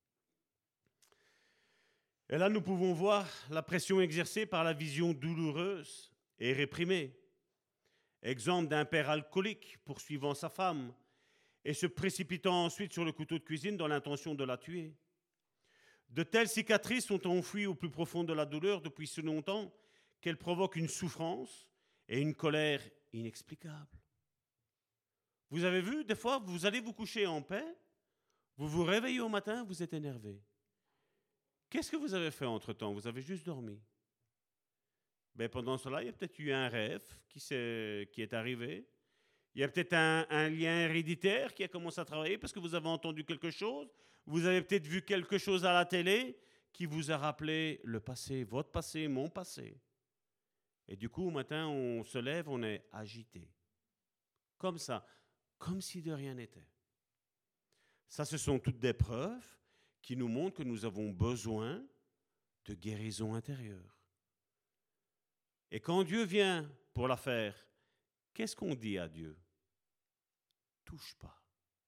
Speaker 1: Et là, nous pouvons voir la pression exercée par la vision douloureuse et réprimée. Exemple d'un père alcoolique poursuivant sa femme et se précipitant ensuite sur le couteau de cuisine dans l'intention de la tuer. De telles cicatrices sont enfouies au plus profond de la douleur depuis si longtemps qu'elles provoquent une souffrance et une colère inexplicables. Vous avez vu, des fois, vous allez vous coucher en paix, vous vous réveillez au matin, vous êtes énervé. Qu'est-ce que vous avez fait entre-temps? Vous avez juste dormi. Mais pendant cela, il y a peut-être eu un rêve qui est arrivé. Il y a peut-être un lien héréditaire qui a commencé à travailler parce que vous avez entendu quelque chose. Vous avez peut-être vu quelque chose à la télé qui vous a rappelé le passé, votre passé, mon passé. Et du coup, au matin, on se lève, on est agité. Comme ça, comme si de rien n'était. Ça, ce sont toutes des preuves qui nous montrent que nous avons besoin de guérison intérieure. Et quand Dieu vient pour la faire, qu'est-ce qu'on dit à Dieu? Touche pas.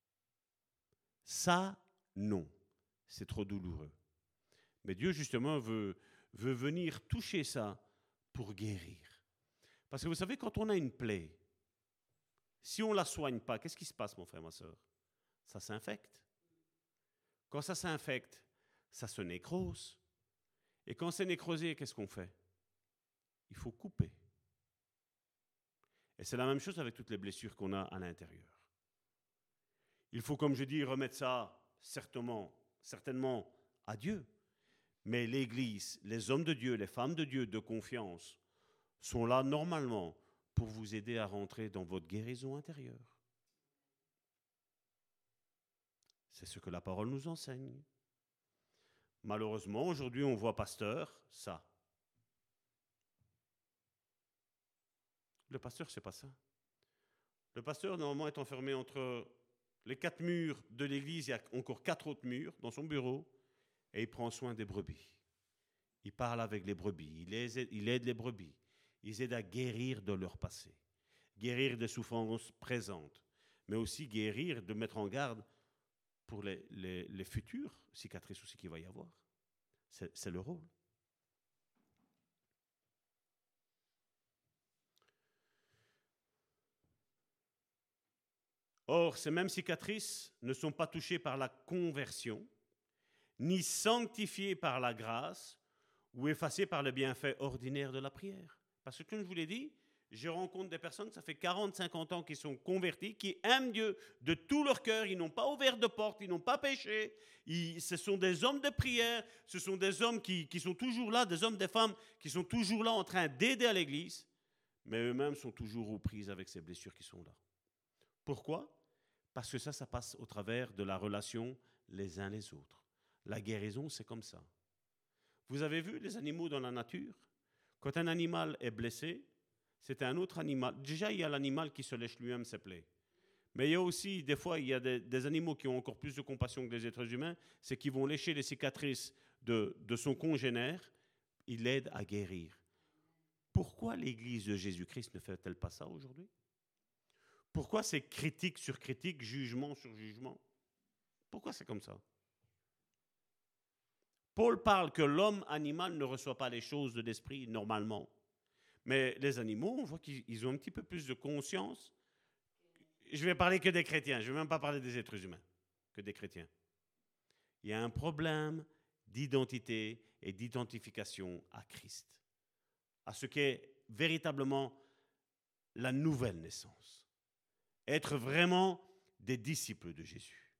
Speaker 1: Ça, non. C'est trop douloureux. Mais Dieu, justement, veut venir toucher ça pour guérir. Parce que vous savez, quand on a une plaie, si on ne la soigne pas, qu'est-ce qui se passe, mon frère, ma soeur? Ça s'infecte. Quand ça s'infecte, ça se nécrose. Et quand c'est nécrosé, qu'est-ce qu'on fait? Il faut couper. Et c'est la même chose avec toutes les blessures qu'on a à l'intérieur. Il faut, comme je dis, remettre ça certainement à Dieu. Mais l'Église, les hommes de Dieu, les femmes de Dieu de confiance sont là normalement pour vous aider à rentrer dans votre guérison intérieure. C'est ce que la parole nous enseigne. Malheureusement, aujourd'hui, on voit pasteur, ça. Le pasteur, c'est pas ça. Le pasteur, normalement, est enfermé entre les 4 murs de l'église. Il y a encore 4 autres murs dans son bureau. Et il prend soin des brebis. Il parle avec les brebis. Il aide les brebis. Il aide à guérir de leur passé. Guérir des souffrances présentes. Mais aussi guérir, de mettre en garde pour les futures cicatrices aussi qu'il va y avoir. C'est le rôle. Or, ces mêmes cicatrices ne sont pas touchées par la conversion, ni sanctifiées par la grâce, ou effacées par le bienfait ordinaire de la prière. Parce que, comme je vous l'ai dit, je rencontre des personnes, ça fait 40, 50 ans, qui sont convertis, qui aiment Dieu de tout leur cœur, ils n'ont pas ouvert de porte, ils n'ont pas péché, ce sont des hommes de prière, ce sont des hommes qui sont toujours là, des hommes, des femmes, qui sont toujours là en train d'aider à l'église, mais eux-mêmes sont toujours aux prises avec ces blessures qui sont là. Pourquoi ? Parce que ça passe au travers de la relation les uns les autres. La guérison, c'est comme ça. Vous avez vu les animaux dans la nature ? Quand un animal est blessé, c'est un autre animal. Déjà, il y a l'animal qui se lèche lui-même ses plaies. Mais il y a aussi, des fois, il y a des animaux qui ont encore plus de compassion que les êtres humains, c'est qu'ils vont lécher les cicatrices de son congénère, ils l'aident à guérir. Pourquoi l'Église de Jésus-Christ ne fait-elle pas ça aujourd'hui ? Pourquoi c'est critique sur critique, jugement sur jugement ? Pourquoi c'est comme ça ? Paul parle que l'homme animal ne reçoit pas les choses de l'esprit normalement. Mais les animaux, on voit qu'ils ont un petit peu plus de conscience. Je vais parler que des chrétiens, je ne vais même pas parler des êtres humains, que des chrétiens. Il y a un problème d'identité et d'identification à Christ, à ce qu'est véritablement la nouvelle naissance. Être vraiment des disciples de Jésus.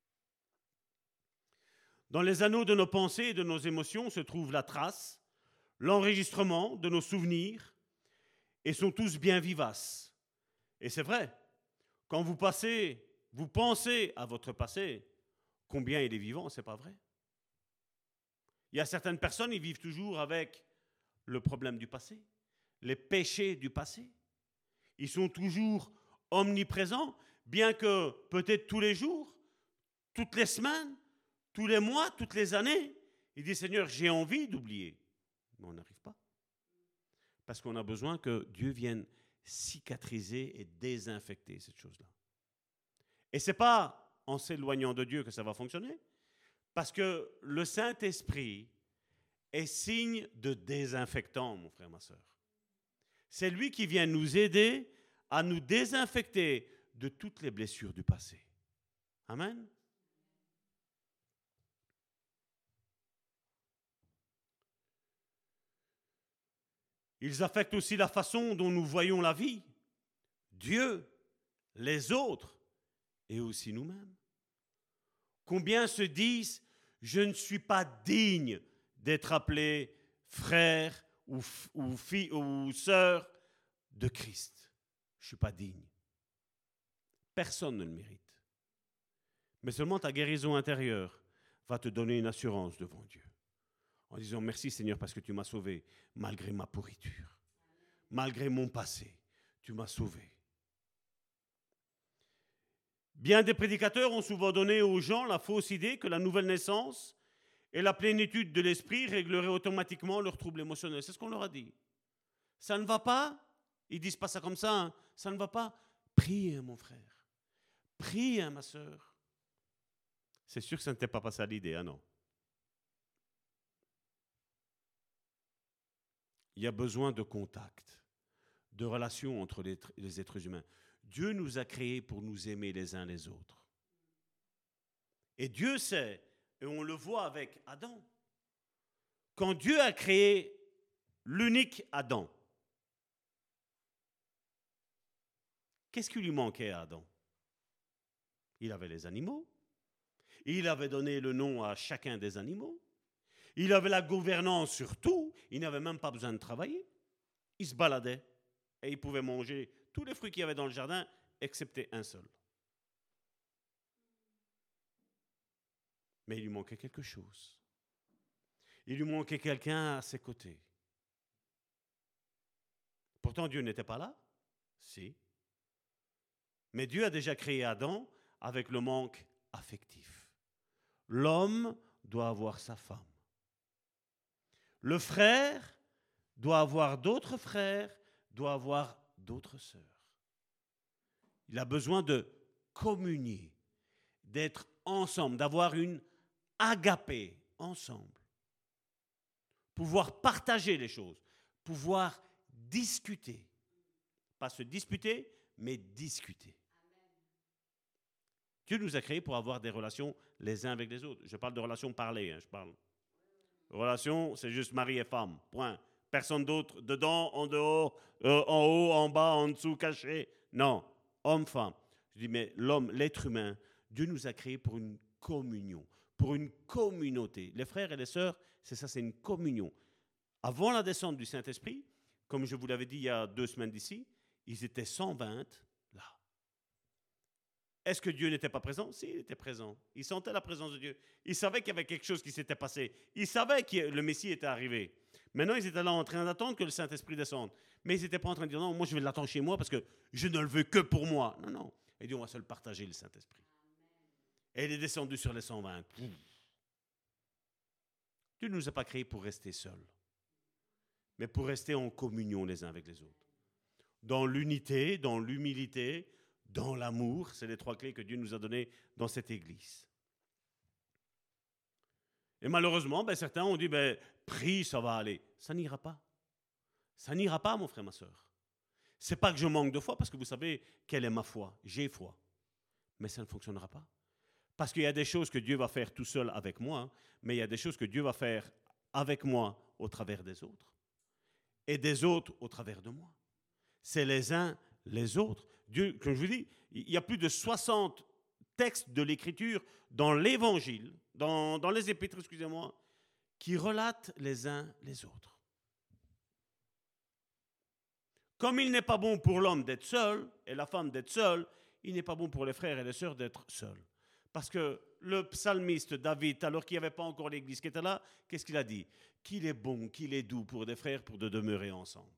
Speaker 1: Dans les anneaux de nos pensées et de nos émotions se trouve la trace, l'enregistrement de nos souvenirs, et sont tous bien vivaces. Et c'est vrai, quand vous pensez à votre passé, combien il est vivant, c'est pas vrai. Il y a certaines personnes, ils vivent toujours avec le problème du passé, les péchés du passé. Ils sont toujours omniprésents, bien que peut-être tous les jours, toutes les semaines, tous les mois, toutes les années, ils disent, Seigneur, j'ai envie d'oublier. Mais on n'arrive pas. Parce qu'on a besoin que Dieu vienne cicatriser et désinfecter cette chose-là. Et ce n'est pas en s'éloignant de Dieu que ça va fonctionner, parce que le Saint-Esprit est signe de désinfectant, mon frère, ma soeur. C'est lui qui vient nous aider à nous désinfecter de toutes les blessures du passé. Amen. Ils affectent aussi la façon dont nous voyons la vie, Dieu, les autres et aussi nous-mêmes. Combien se disent « je ne suis pas digne d'être appelé frère ou fille ou sœur de Christ. Je ne suis pas digne. » Personne ne le mérite. Mais seulement ta guérison intérieure va te donner une assurance devant Dieu. En disant merci Seigneur parce que tu m'as sauvé malgré ma pourriture. Malgré mon passé, tu m'as sauvé. Bien des prédicateurs ont souvent donné aux gens la fausse idée que la nouvelle naissance et la plénitude de l'esprit régleraient automatiquement leurs troubles émotionnels. C'est ce qu'on leur a dit. Ça ne va pas? Ils ne disent pas ça comme ça. Hein. Ça ne va pas? Prie, mon frère. Prie, ma soeur. C'est sûr que ça ne t'est pas passé à l'idée, hein, non? Il y a besoin de contact, de relations entre les êtres humains. Dieu nous a créés pour nous aimer les uns les autres. Et Dieu sait, et on le voit avec Adam, quand Dieu a créé l'unique Adam, qu'est-ce qui lui manquait à Adam? Il avait les animaux, il avait donné le nom à chacun des animaux, il avait la gouvernance sur tout, il n'avait même pas besoin de travailler, il se baladait. Et il pouvait manger tous les fruits qu'il y avait dans le jardin, excepté un seul. Mais il lui manquait quelque chose. Il lui manquait quelqu'un à ses côtés. Pourtant, Dieu n'était pas là. Si. Mais Dieu a déjà créé Adam avec le manque affectif. L'homme doit avoir sa femme. Le frère doit avoir d'autres frères, doit avoir d'autres sœurs. Il a besoin de communier, d'être ensemble, d'avoir une agapé ensemble. Pouvoir partager les choses, pouvoir discuter. Pas se disputer, mais discuter. Dieu nous a créés pour avoir des relations les uns avec les autres. Je parle de relations parlées, je parle. Relation, c'est juste mari et femme, point. Personne d'autre, dedans, en dehors, en haut, en bas, en dessous, caché. Non, homme-femme. Je dis, mais l'homme, l'être humain, Dieu nous a créés pour une communion, pour une communauté. Les frères et les sœurs, c'est ça, c'est une communion. Avant la descente du Saint-Esprit, comme je vous l'avais dit il y a 2 semaines d'ici, ils étaient 120 là. Est-ce que Dieu n'était pas présent? Si, il était présent. Il sentait la présence de Dieu. Il savait qu'il y avait quelque chose qui s'était passé. Il savait que le Messie était arrivé. Maintenant, ils étaient là en train d'attendre que le Saint-Esprit descende. Mais ils n'étaient pas en train de dire, non, moi je vais l'attendre chez moi parce que je ne le veux que pour moi. Non, non. Et Dieu, on va se le partager, le Saint-Esprit. Et il est descendu sur les 120. Dieu ne nous a pas créés pour rester seuls, mais pour rester en communion les uns avec les autres. Dans l'unité, dans l'humilité, dans l'amour, c'est les 3 clés que Dieu nous a données dans cette église. Et malheureusement, certains ont dit, prie, ça va aller. Ça n'ira pas. Ça n'ira pas, mon frère, ma soeur. C'est pas que je manque de foi, parce que vous savez quelle est ma foi. J'ai foi. Mais ça ne fonctionnera pas. Parce qu'il y a des choses que Dieu va faire tout seul avec moi, mais il y a des choses que Dieu va faire avec moi au travers des autres. Et des autres au travers de moi. C'est les uns les autres. Dieu, comme je vous dis, il y a plus de 60 textes de l'Écriture dans l'Évangile, dans les Épîtres, excusez-moi, qui relatent les uns les autres. Comme il n'est pas bon pour l'homme d'être seul et la femme d'être seule, il n'est pas bon pour les frères et les sœurs d'être seuls. Parce que le psalmiste David, alors qu'il n'y avait pas encore l'Église qui était là, qu'est-ce qu'il a dit? Qu'il est bon, qu'il est doux pour des frères pour de demeurer ensemble.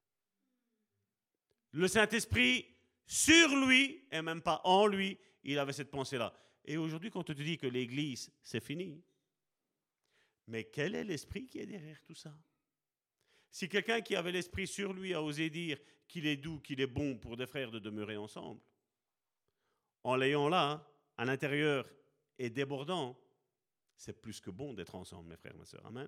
Speaker 1: Le Saint-Esprit, sur lui, et même pas en lui, il avait cette pensée-là. Et aujourd'hui, quand on te dit que l'Église, c'est fini, mais quel est l'esprit qui est derrière tout ça? Si quelqu'un qui avait l'esprit sur lui a osé dire qu'il est doux, qu'il est bon pour des frères de demeurer ensemble, en l'ayant là, à l'intérieur et débordant, c'est plus que bon d'être ensemble, mes frères, mes sœurs. Amen.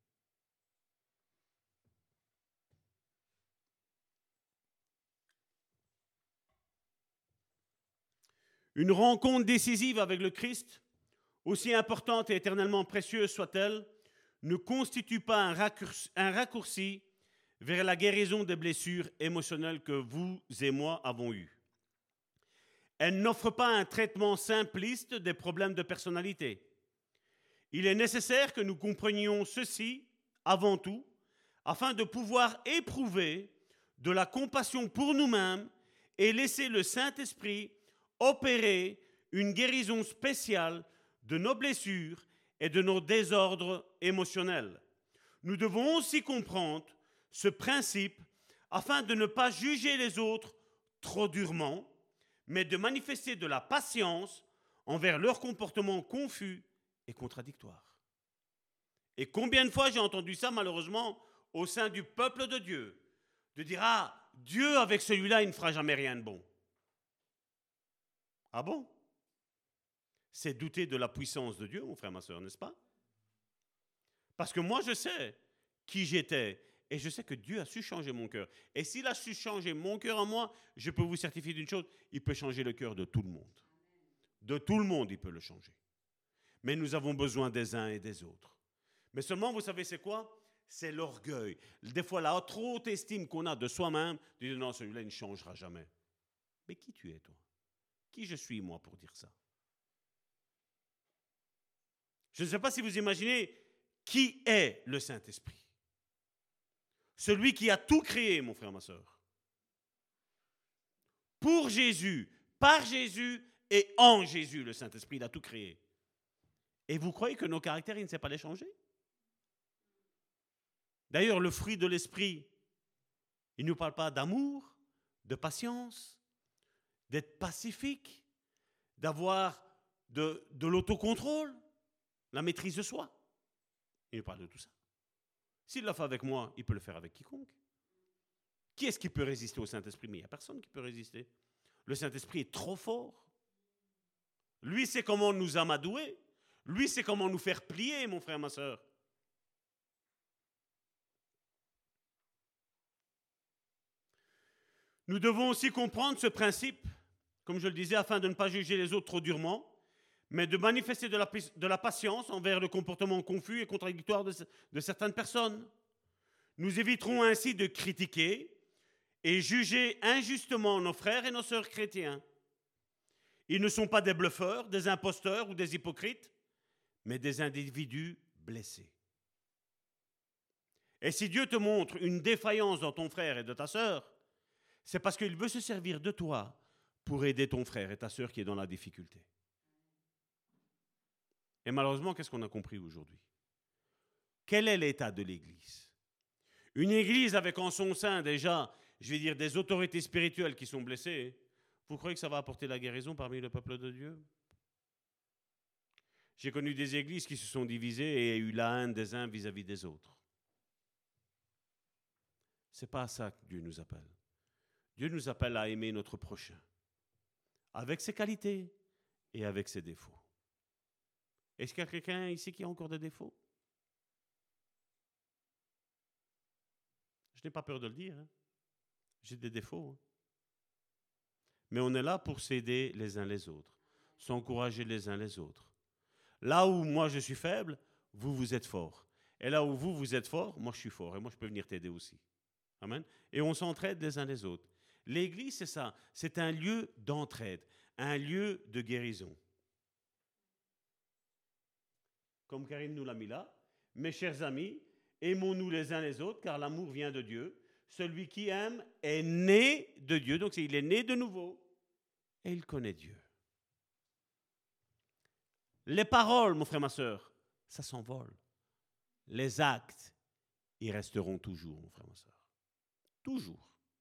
Speaker 1: Une rencontre décisive avec le Christ, aussi importante et éternellement précieuse soit-elle, ne constitue pas un raccourci vers la guérison des blessures émotionnelles que vous et moi avons eues. Elle n'offre pas un traitement simpliste des problèmes de personnalité. Il est nécessaire que nous comprenions ceci avant tout, afin de pouvoir éprouver de la compassion pour nous-mêmes et laisser le Saint-Esprit opérer une guérison spéciale de nos blessures et de nos désordres émotionnels. Nous devons aussi comprendre ce principe afin de ne pas juger les autres trop durement, mais de manifester de la patience envers leur comportement confus et contradictoire. Et combien de fois j'ai entendu ça, malheureusement, au sein du peuple de Dieu, de dire « Ah, Dieu, avec celui-là, il ne fera jamais rien de bon. » Ah bon? C'est douter de la puissance de Dieu, mon frère, ma soeur, n'est-ce pas? Parce que moi, je sais qui j'étais et je sais que Dieu a su changer mon cœur. Et s'il a su changer mon cœur en moi, je peux vous certifier d'une chose, il peut changer le cœur de tout le monde. De tout le monde, il peut le changer. Mais nous avons besoin des uns et des autres. Mais seulement, vous savez, c'est quoi? C'est l'orgueil. Des fois, la trop haute estime qu'on a de soi-même, de dire non, celui-là, il ne changera jamais. Mais qui tu es, toi? Qui je suis, moi, pour dire ça? Je ne sais pas si vous imaginez qui est le Saint-Esprit. Celui qui a tout créé, mon frère, ma soeur. pour Jésus, par Jésus et en Jésus. Le Saint-Esprit, il a tout créé. Et vous croyez que nos caractères, il ne sait pas les changer? D'ailleurs, le fruit de l'Esprit, il ne nous parle pas d'amour, de patience, d'être pacifique, d'avoir de l'autocontrôle, la maîtrise de soi. Il nous parle de tout ça. S'il l'a fait avec moi, il peut le faire avec quiconque. Qui est-ce qui peut résister au Saint-Esprit? Mais il n'y a personne qui peut résister. Le Saint-Esprit est trop fort. Lui sait comment nous amadouer. Lui sait comment nous faire plier, mon frère, ma soeur. Nous devons aussi comprendre ce principe, comme je le disais, afin de ne pas juger les autres trop durement, mais de manifester de la patience envers le comportement confus et contradictoire de certaines personnes. Nous éviterons ainsi de critiquer et juger injustement nos frères et nos sœurs chrétiens. Ils ne sont pas des bluffeurs, des imposteurs ou des hypocrites, mais des individus blessés. Et si Dieu te montre une défaillance dans ton frère et de ta sœur, c'est parce qu'il veut se servir de toi pour aider ton frère et ta sœur qui est dans la difficulté. Et malheureusement, qu'est-ce qu'on a compris aujourd'hui? Quel est l'état de l'Église? Une Église avec en son sein déjà, je vais dire, des autorités spirituelles qui sont blessées, vous croyez que ça va apporter la guérison parmi le peuple de Dieu? J'ai connu des églises qui se sont divisées et eu la haine des uns vis-à-vis des autres. Ce n'est pas à ça que Dieu nous appelle. Dieu nous appelle à aimer notre prochain, avec ses qualités et avec ses défauts. Est-ce qu'il y a quelqu'un ici qui a encore des défauts? Je n'ai pas peur de le dire. Hein. J'ai des défauts. Hein. Mais on est là pour s'aider les uns les autres, s'encourager les uns les autres. Là où moi je suis faible, vous êtes fort. Et là où vous êtes fort, moi je suis fort. Et moi je peux venir t'aider aussi. Amen. Et on s'entraide les uns les autres. L'église, c'est ça. C'est un lieu d'entraide, un lieu de guérison. Comme Karine nous l'a mis là, mes chers amis, aimons-nous les uns les autres, car l'amour vient de Dieu. Celui qui aime est né de Dieu, donc il est né de nouveau, et il connaît Dieu. Les paroles, mon frère, ma soeur, ça s'envole. Les actes, ils resteront toujours, mon frère, ma soeur. Toujours.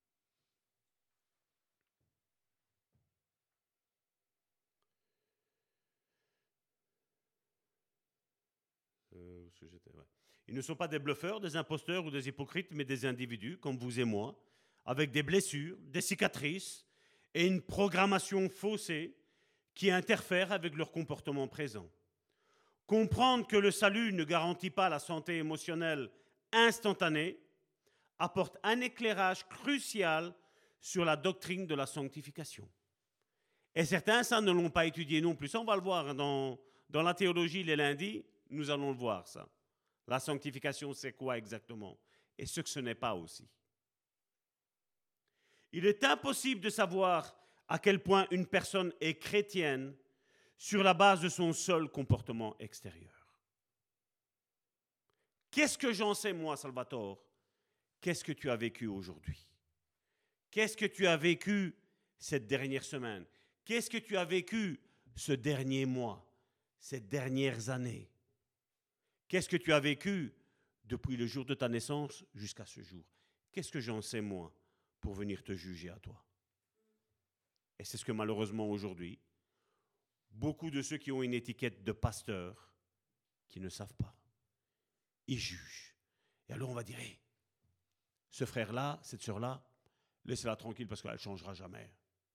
Speaker 1: Ils ne sont pas des bluffeurs, des imposteurs ou des hypocrites, mais des individus, comme vous et moi, avec des blessures, des cicatrices et une programmation faussée qui interfèrent avec leur comportement présent. Comprendre que le salut ne garantit pas la santé émotionnelle instantanée apporte un éclairage crucial sur la doctrine de la sanctification. Et certains, ça, ne l'ont pas étudié non plus. Ça, on va le voir dans la théologie les lundis, nous allons le voir, ça. La sanctification, c'est quoi exactement? Et ce que ce n'est pas aussi. Il est impossible de savoir à quel point une personne est chrétienne sur la base de son seul comportement extérieur. Qu'est-ce que j'en sais, moi, Salvatore? Qu'est-ce que tu as vécu aujourd'hui? Qu'est-ce que tu as vécu cette dernière semaine? Qu'est-ce que tu as vécu ce dernier mois, ces dernières années? Qu'est-ce que tu as vécu depuis le jour de ta naissance jusqu'à ce jour? Qu'est-ce que j'en sais, moi, pour venir te juger à toi? Et c'est ce que malheureusement aujourd'hui, beaucoup de ceux qui ont une étiquette de pasteur, qui ne savent pas, ils jugent. Et alors on va dire, hey, ce frère-là, cette sœur-là, laissez-la tranquille parce qu'elle ne changera jamais.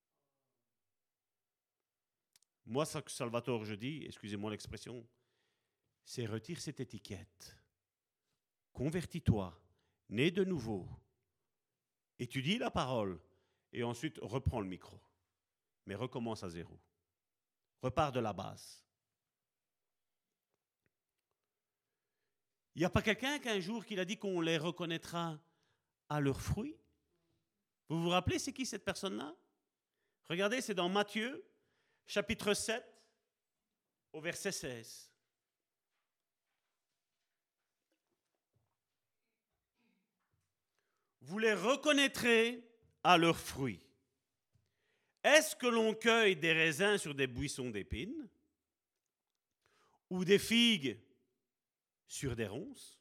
Speaker 1: Moi, ça que Salvatore, je dis, excusez-moi l'expression, c'est retire cette étiquette. Convertis-toi, né de nouveau, étudie la parole et ensuite reprends le micro. Mais recommence à zéro. Repars de la base. Il n'y a pas quelqu'un qu'un jour qui a dit qu'on les reconnaîtra à leurs fruits? Vous vous rappelez, c'est qui cette personne-là? Regardez, c'est dans Matthieu, chapitre 7, au verset 16. Vous les reconnaîtrez à leurs fruits. Est-ce que l'on cueille des raisins sur des buissons d'épines ou des figues sur des ronces?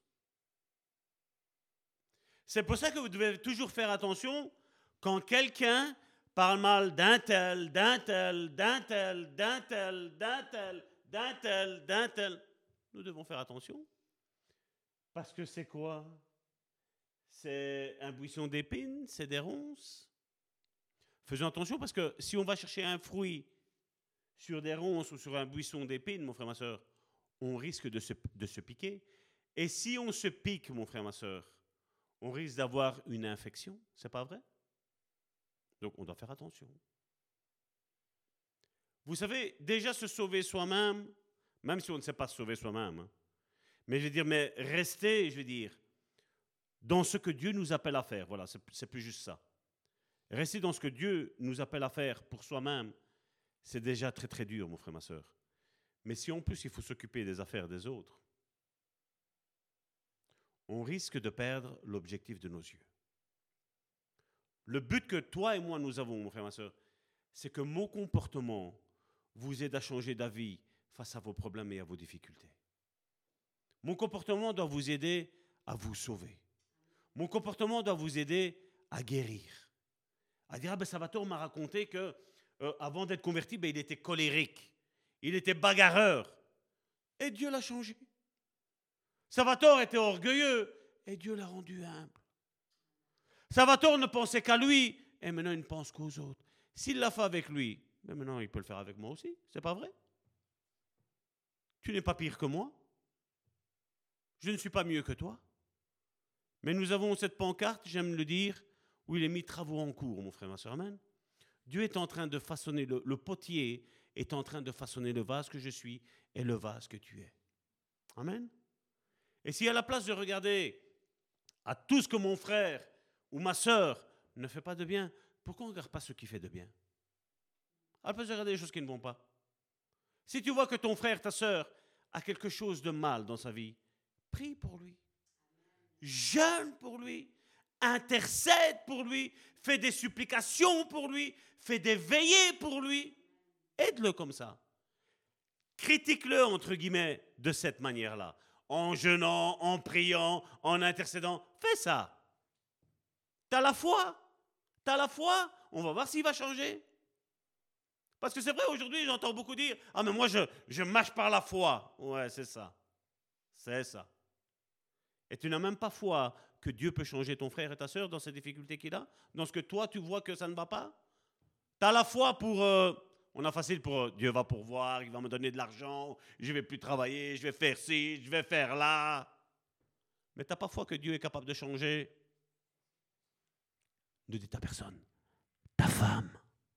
Speaker 1: C'est pour ça que vous devez toujours faire attention quand quelqu'un parle mal d'un tel, d'un tel, d'un tel, d'un tel, d'un tel, d'un tel, d'un tel. Nous devons faire attention. Parce que c'est quoi? C'est un buisson d'épines, c'est des ronces. Faisons attention parce que si on va chercher un fruit sur des ronces ou sur un buisson d'épines, mon frère, ma soeur, on risque de se piquer. Et si on se pique, mon frère, ma soeur, on risque d'avoir une infection. C'est pas vrai? Donc on doit faire attention. Vous savez, déjà se sauver soi-même, même si on ne sait pas se sauver soi-même, hein, mais je veux dire, mais rester, je veux dire, dans ce que Dieu nous appelle à faire. Voilà, c'est plus juste ça. Rester dans ce que Dieu nous appelle à faire pour soi-même, c'est déjà très très dur, mon frère, ma soeur. Mais si en plus il faut s'occuper des affaires des autres, on risque de perdre l'objectif de nos yeux. Le but que toi et moi nous avons, mon frère, ma soeur, c'est que mon comportement vous aide à changer d'avis face à vos problèmes et à vos difficultés. Mon comportement doit vous aider à vous sauver. Mon comportement doit vous aider à guérir. À dire, Salvatore m'a raconté que avant d'être converti, il était colérique. Il était bagarreur. Et Dieu l'a changé. Salvatore était orgueilleux. Et Dieu l'a rendu humble. Salvatore ne pensait qu'à lui. Et maintenant, il ne pense qu'aux autres. S'il l'a fait avec lui, maintenant, il peut le faire avec moi aussi. C'est pas vrai? Tu n'es pas pire que moi. Je ne suis pas mieux que toi. Mais nous avons cette pancarte, j'aime le dire, où il est mis travaux en cours, mon frère, ma soeur. Amen. Dieu est en train de façonner, le potier est en train de façonner le vase que je suis et le vase que tu es. Amen. Et si à la place de regarder à tout ce que mon frère ou ma soeur ne fait pas de bien, pourquoi on ne regarde pas ce qui fait de bien? À la place de regarder les choses qui ne vont pas. Si tu vois que ton frère, ta soeur, a quelque chose de mal dans sa vie, prie pour lui. Jeûne pour lui. Intercède pour lui. Fais des supplications pour lui. Fais des veillées pour lui. Aide-le comme ça. Critique-le, entre guillemets, de cette manière-là. En jeûnant, en priant, en intercédant. Fais ça. T'as la foi. T'as la foi. On va voir s'il va changer. Parce que c'est vrai, aujourd'hui, j'entends beaucoup dire « Ah, mais moi, je marche par la foi. » Ouais, c'est ça. C'est ça. Et tu n'as même pas foi que Dieu peut changer ton frère et ta soeur dans ces difficultés qu'il a, dans ce que toi, tu vois que ça ne va pas. Tu as la foi pour... on a facile pour Dieu va pourvoir, il va me donner de l'argent, je ne vais plus travailler, je vais faire ci, je vais faire là. Mais tu n'as pas foi que Dieu est capable de changer. Ne dis à personne. Ta femme,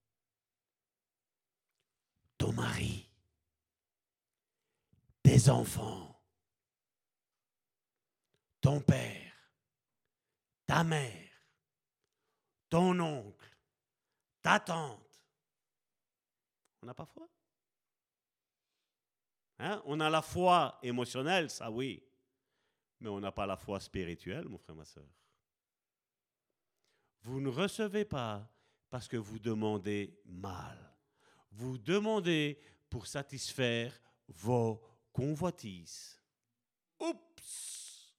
Speaker 1: ton mari, tes enfants, ton père, ta mère, ton oncle, ta tante. On n'a pas foi? Hein? On a la foi émotionnelle, ça oui. Mais on n'a pas la foi spirituelle, mon frère, ma soeur. Vous ne recevez pas parce que vous demandez mal. Vous demandez pour satisfaire vos convoitises. Oups!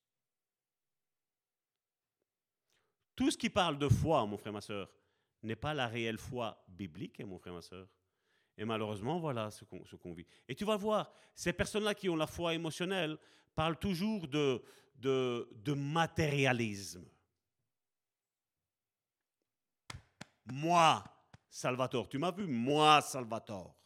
Speaker 1: Tout ce qui parle de foi, mon frère, ma soeur, n'est pas la réelle foi biblique, mon frère, ma soeur. Et malheureusement, voilà ce qu'on vit. Et tu vas voir, ces personnes-là qui ont la foi émotionnelle parlent toujours de matérialisme. Moi, Salvatore, tu m'as vu? Moi, Salvatore.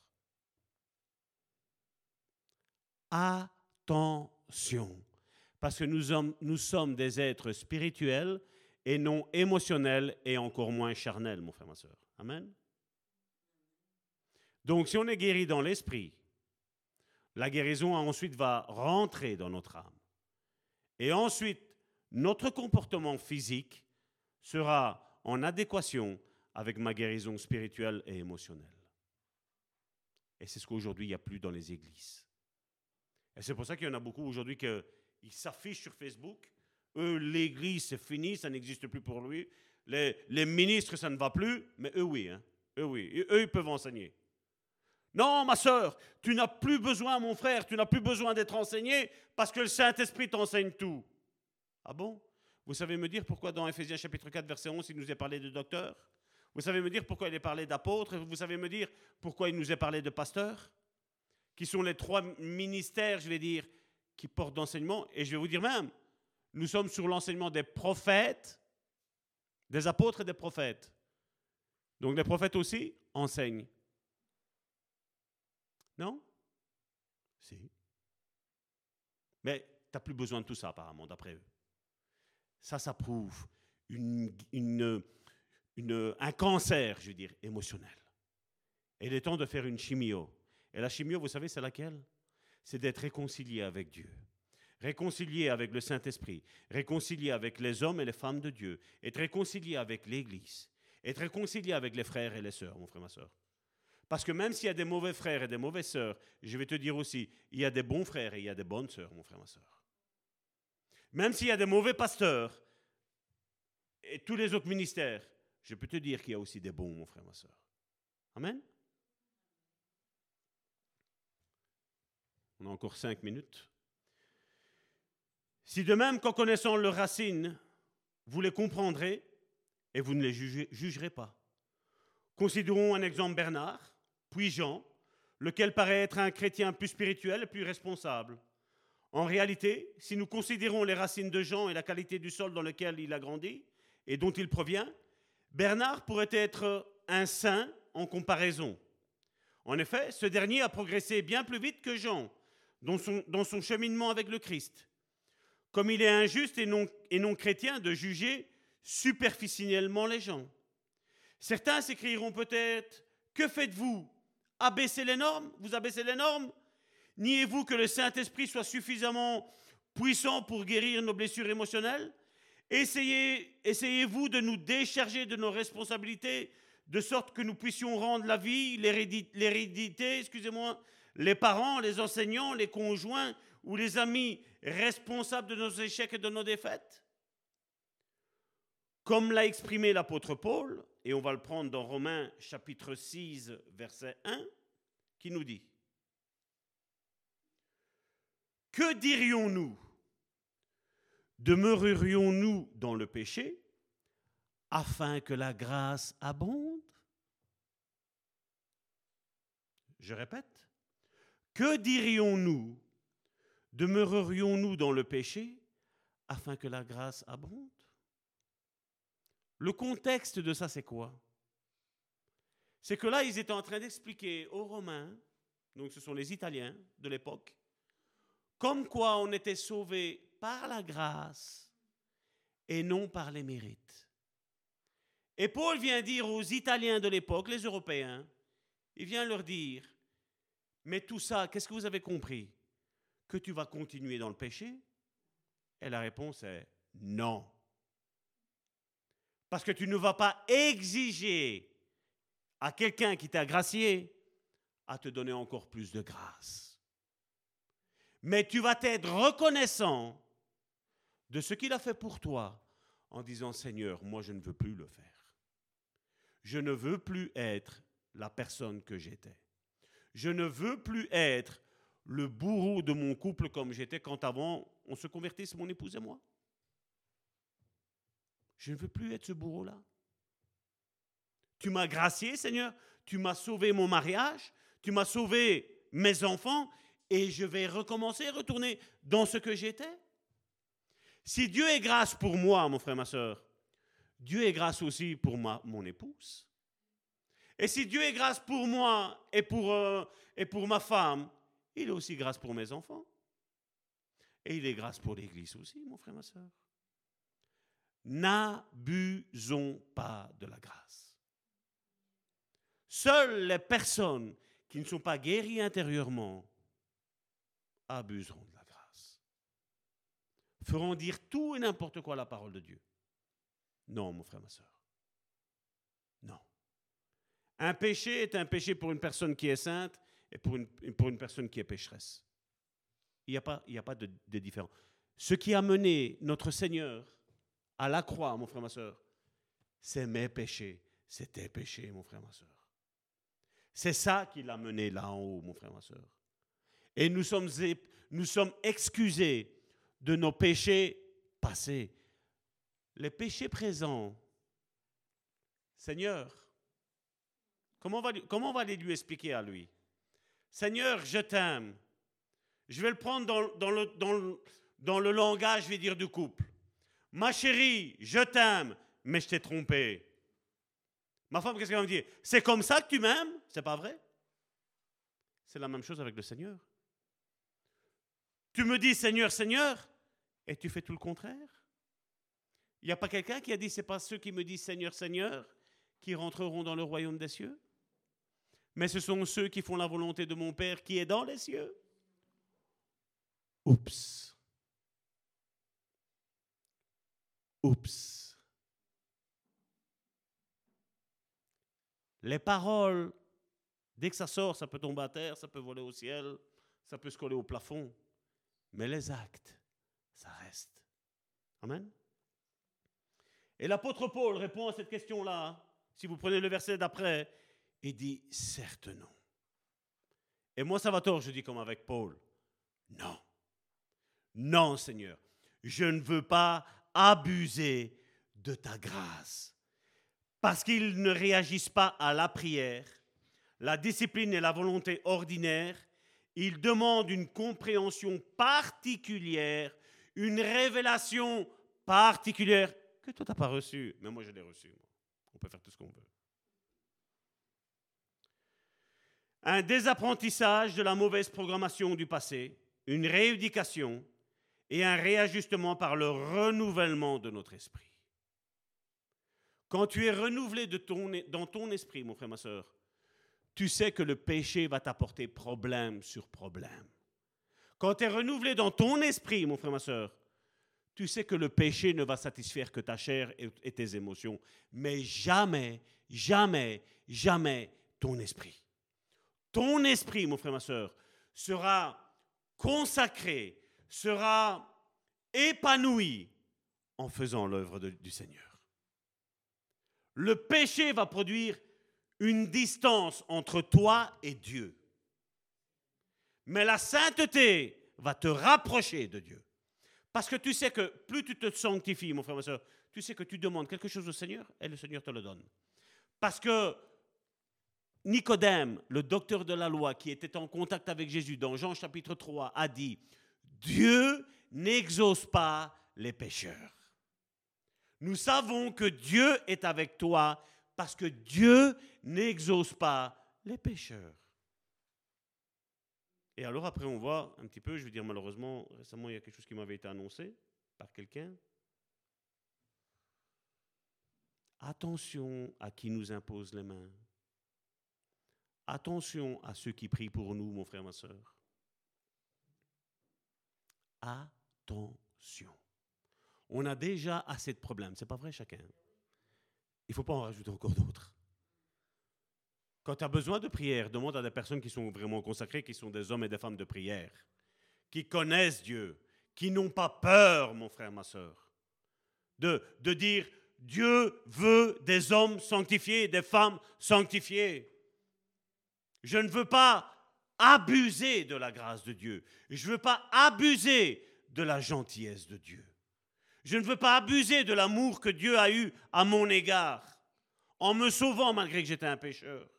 Speaker 1: Attention, parce que nous sommes des êtres spirituels et non émotionnels et encore moins charnels, mon frère, ma soeur. Amen. Donc, si on est guéri dans l'esprit, la guérison ensuite va rentrer dans notre âme. Et ensuite, notre comportement physique sera en adéquation avec ma guérison spirituelle et émotionnelle. Et c'est ce qu'aujourd'hui, il n'y a plus dans les églises. Et c'est pour ça qu'il y en a beaucoup aujourd'hui qui s'affichent sur Facebook. Eux, l'église, c'est fini, ça n'existe plus pour lui. Les ministres, ça ne va plus, mais eux, oui. Hein. oui, eux, ils peuvent enseigner. Non, ma sœur, tu n'as plus besoin, mon frère, tu n'as plus besoin d'être enseigné parce que le Saint-Esprit t'enseigne tout. Ah bon? Vous savez me dire pourquoi dans Éphésiens chapitre 4, verset 11, il nous est parlé de docteur? Vous savez me dire pourquoi il est parlé d'apôtre? Vous savez me dire pourquoi il nous est parlé de pasteur? Qui sont les 3 ministères, je vais dire, qui portent d'enseignement. Et je vais vous dire même, nous sommes sur l'enseignement des prophètes, des apôtres et des prophètes. Donc les prophètes aussi enseignent. Non? Si. Mais tu n'as plus besoin de tout ça apparemment, d'après eux. Ça prouve un cancer, je veux dire, émotionnel. Et il est temps de faire une chimio. Et la chimio, vous savez, c'est laquelle? C'est d'être réconcilié avec Dieu. Réconcilié avec le Saint-Esprit. Réconcilié avec les hommes et les femmes de Dieu. Être réconcilié avec l'Église. Être réconcilié avec les frères et les sœurs, mon frère, ma sœur. Parce que même s'il y a des mauvais frères et des mauvaises sœurs, je vais te dire aussi, il y a des bons frères et il y a des bonnes sœurs, mon frère, ma sœur. Même s'il y a des mauvais pasteurs et tous les autres ministères, je peux te dire qu'il y a aussi des bons, mon frère, ma sœur. Amen. On a encore 5 minutes. Si de même qu'en connaissant leurs racines, vous les comprendrez et vous ne les jugerez pas. Considérons un exemple Bernard, puis Jean, lequel paraît être un chrétien plus spirituel et plus responsable. En réalité, si nous considérons les racines de Jean et la qualité du sol dans lequel il a grandi et dont il provient, Bernard pourrait être un saint en comparaison. En effet, ce dernier a progressé bien plus vite que Jean dans son cheminement avec le Christ. Comme il est injuste et non chrétien de juger superficiellement les gens. Certains s'écrieront peut-être « Que faites-vous? Abaissez les normes? Vous abaissez les normes? Niez-vous que le Saint-Esprit soit suffisamment puissant pour guérir nos blessures émotionnelles? Essayez-vous de nous décharger de nos responsabilités de sorte que nous puissions rendre la vie, l'hérédité, les parents, les enseignants, les conjoints ou les amis responsables de nos échecs et de nos défaites? Comme l'a exprimé l'apôtre Paul, et on va le prendre dans Romains chapitre 6, verset 1, qui nous dit « Que dirions-nous? Demeurerions-nous dans le péché afin que la grâce abonde ?» Je répète, que dirions-nous? Demeurerions-nous dans le péché afin que la grâce abonde? Le contexte de ça, c'est quoi? C'est que là, ils étaient en train d'expliquer aux Romains, donc ce sont les Italiens de l'époque, comme quoi on était sauvés par la grâce et non par les mérites. Et Paul vient dire aux Italiens de l'époque, les Européens, il vient leur dire, mais tout ça, qu'est-ce que vous avez compris? Que tu vas continuer dans le péché? Et la réponse est non. Parce que tu ne vas pas exiger à quelqu'un qui t'a gracié à te donner encore plus de grâce. Mais tu vas être reconnaissant de ce qu'il a fait pour toi en disant, Seigneur, moi je ne veux plus le faire. Je ne veux plus être la personne que j'étais. Je ne veux plus être le bourreau de mon couple comme j'étais quand avant on se convertisse, mon épouse et moi. Je ne veux plus être ce bourreau-là. Tu m'as gracié, Seigneur. Tu m'as sauvé mon mariage. Tu m'as sauvé mes enfants. Et je vais recommencer, retourner dans ce que j'étais. Si Dieu est grâce pour moi, mon frère, ma soeur, Dieu est grâce aussi pour mon épouse. Et si Dieu est grâce pour moi et pour ma femme, il est aussi grâce pour mes enfants. Et il est grâce pour l'Église aussi, mon frère, ma soeur. N'abusons pas de la grâce. Seules les personnes qui ne sont pas guéries intérieurement abuseront de la grâce. Feront dire tout et n'importe quoi à la parole de Dieu. Non, mon frère, ma soeur. Non. Un péché est un péché pour une personne qui est sainte et pour une personne qui est pécheresse. Il n'y a pas de différence. Ce qui a mené notre Seigneur à la croix, mon frère, ma soeur, c'est mes péchés, c'est tes péchés, mon frère, ma soeur. C'est ça qui l'a mené là en haut, mon frère, ma soeur. Et nous sommes excusés de nos péchés passés. Les péchés présents, Seigneur, comment on va lui expliquer à lui? Seigneur, je t'aime. Je vais le prendre dans le langage, je vais dire, du couple. Ma chérie, je t'aime, mais je t'ai trompé. Ma femme, qu'est-ce qu'elle va me dire? C'est comme ça que tu m'aimes? C'est pas vrai? C'est la même chose avec le Seigneur. Tu me dis Seigneur, Seigneur, et tu fais tout le contraire. Il n'y a pas quelqu'un qui a dit, c'est pas ceux qui me disent Seigneur, Seigneur, qui rentreront dans le royaume des cieux? Mais ce sont ceux qui font la volonté de mon Père qui est dans les cieux. Oups. Oups. Les paroles, dès que ça sort, ça peut tomber à terre, ça peut voler au ciel, ça peut se coller au plafond. Mais les actes, ça reste. Amen. Et l'apôtre Paul répond à cette question-là. Si vous prenez le verset d'après, il dit, certes non. Et moi, Salvatore, je dis comme avec Paul, non. Non, Seigneur, je ne veux pas abuser de ta grâce. Parce qu'ils ne réagissent pas à la prière, la discipline et la volonté ordinaire, ils demandent une compréhension particulière, une révélation particulière que toi, tu n'as pas reçue. Mais moi, je l'ai reçue. On peut faire tout ce qu'on veut. Un désapprentissage de la mauvaise programmation du passé, une rééducation et un réajustement par le renouvellement de notre esprit. Quand tu es renouvelé dans ton esprit, mon frère, ma soeur, tu sais que le péché va t'apporter problème sur problème. Quand tu es renouvelé dans ton esprit, mon frère, ma soeur, tu sais que le péché ne va satisfaire que ta chair et tes émotions, mais jamais, jamais, jamais ton esprit. Ton esprit, mon frère, ma soeur, sera consacré, sera épanoui en faisant l'œuvre du Seigneur. Le péché va produire une distance entre toi et Dieu. Mais la sainteté va te rapprocher de Dieu. Parce que tu sais que plus tu te sanctifies, mon frère, ma soeur, tu sais que tu demandes quelque chose au Seigneur et le Seigneur te le donne. Parce que Nicodème, le docteur de la loi qui était en contact avec Jésus dans Jean chapitre 3, a dit « Dieu n'exauce pas les pécheurs ». Nous savons que Dieu est avec toi parce que Dieu n'exauce pas les pécheurs. Et alors après on voit un petit peu, je veux dire malheureusement, récemment il y a quelque chose qui m'avait été annoncé par quelqu'un. Attention à qui nous impose les mains. Attention à ceux qui prient pour nous, mon frère, ma soeur. Attention. On a déjà assez de problèmes, c'est pas vrai chacun. Il ne faut pas en rajouter encore d'autres. Quand tu as besoin de prière, demande à des personnes qui sont vraiment consacrées, qui sont des hommes et des femmes de prière, qui connaissent Dieu, qui n'ont pas peur, mon frère, ma soeur, de dire Dieu veut des hommes sanctifiés, des femmes sanctifiées. Je ne veux pas abuser de la grâce de Dieu. Je ne veux pas abuser de la gentillesse de Dieu. Je ne veux pas abuser de l'amour que Dieu a eu à mon égard, en me sauvant malgré que j'étais un pécheur.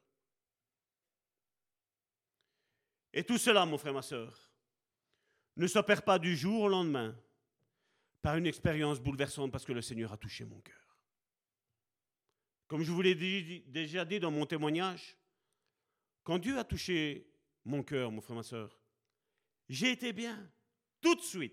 Speaker 1: Et tout cela, mon frère, ma soeur, ne s'opère pas du jour au lendemain par une expérience bouleversante parce que le Seigneur a touché mon cœur. Comme je vous l'ai déjà dit dans mon témoignage, quand Dieu a touché mon cœur, mon frère, ma soeur, j'ai été bien, tout de suite.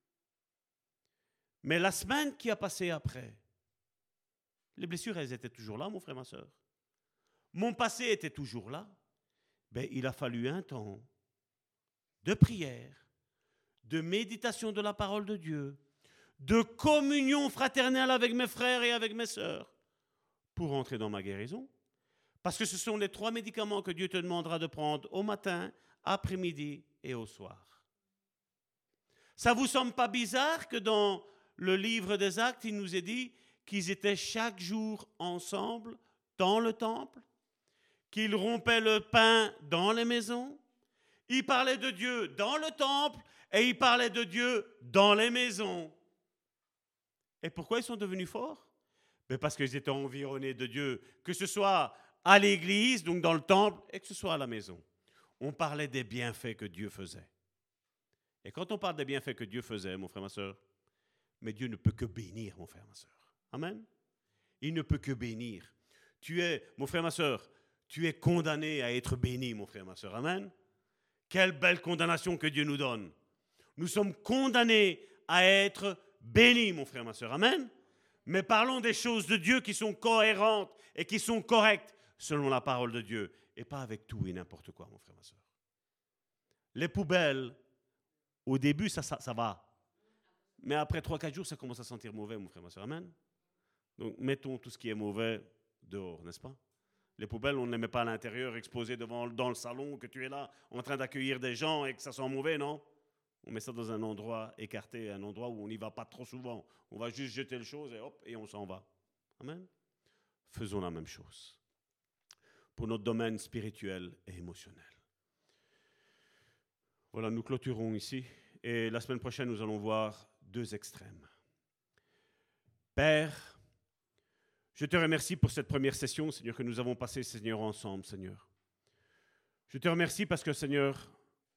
Speaker 1: Mais la semaine qui a passé après, les blessures, elles étaient toujours là, mon frère, ma soeur. Mon passé était toujours là. Ben, il a fallu un temps de prière, de méditation de la parole de Dieu, de communion fraternelle avec mes frères et avec mes sœurs pour entrer dans ma guérison. Parce que ce sont les 3 médicaments que Dieu te demandera de prendre au matin, après-midi et au soir. Ça ne vous semble pas bizarre que dans le livre des Actes, il nous est dit qu'ils étaient chaque jour ensemble dans le temple, qu'il rompait le pain dans les maisons, il parlait de Dieu dans le temple et il parlait de Dieu dans les maisons. Et pourquoi ils sont devenus forts? Mais parce qu'ils étaient environnés de Dieu, que ce soit à l'église, donc dans le temple, et que ce soit à la maison. On parlait des bienfaits que Dieu faisait. Et quand on parle des bienfaits que Dieu faisait, mon frère, ma soeur, mais Dieu ne peut que bénir, mon frère, ma soeur. Amen. Il ne peut que bénir. Tu es, mon frère, ma soeur, tu es condamné à être béni, mon frère, ma soeur. Amen. Quelle belle condamnation que Dieu nous donne. Nous sommes condamnés à être bénis, mon frère, ma soeur. Amen. Mais parlons des choses de Dieu qui sont cohérentes et qui sont correctes selon la parole de Dieu et pas avec tout et n'importe quoi, mon frère, ma soeur. Les poubelles, au début, ça va. Mais après 3-4 jours, ça commence à sentir mauvais, mon frère, ma soeur. Amen. Donc, mettons tout ce qui est mauvais dehors, n'est-ce pas? Les poubelles, on ne les met pas à l'intérieur, exposées dans le salon, que tu es là, en train d'accueillir des gens et que ça sent mauvais, non? On met ça dans un endroit écarté, un endroit où on n'y va pas trop souvent. On va juste jeter les choses et hop, et on s'en va. Amen. Faisons la même chose pour notre domaine spirituel et émotionnel. Voilà, nous clôturons ici. Et la semaine prochaine, nous allons voir 2 extrêmes. Père, je te remercie pour cette première session, Seigneur, que nous avons passée, Seigneur, ensemble, Seigneur. Je te remercie parce que, Seigneur,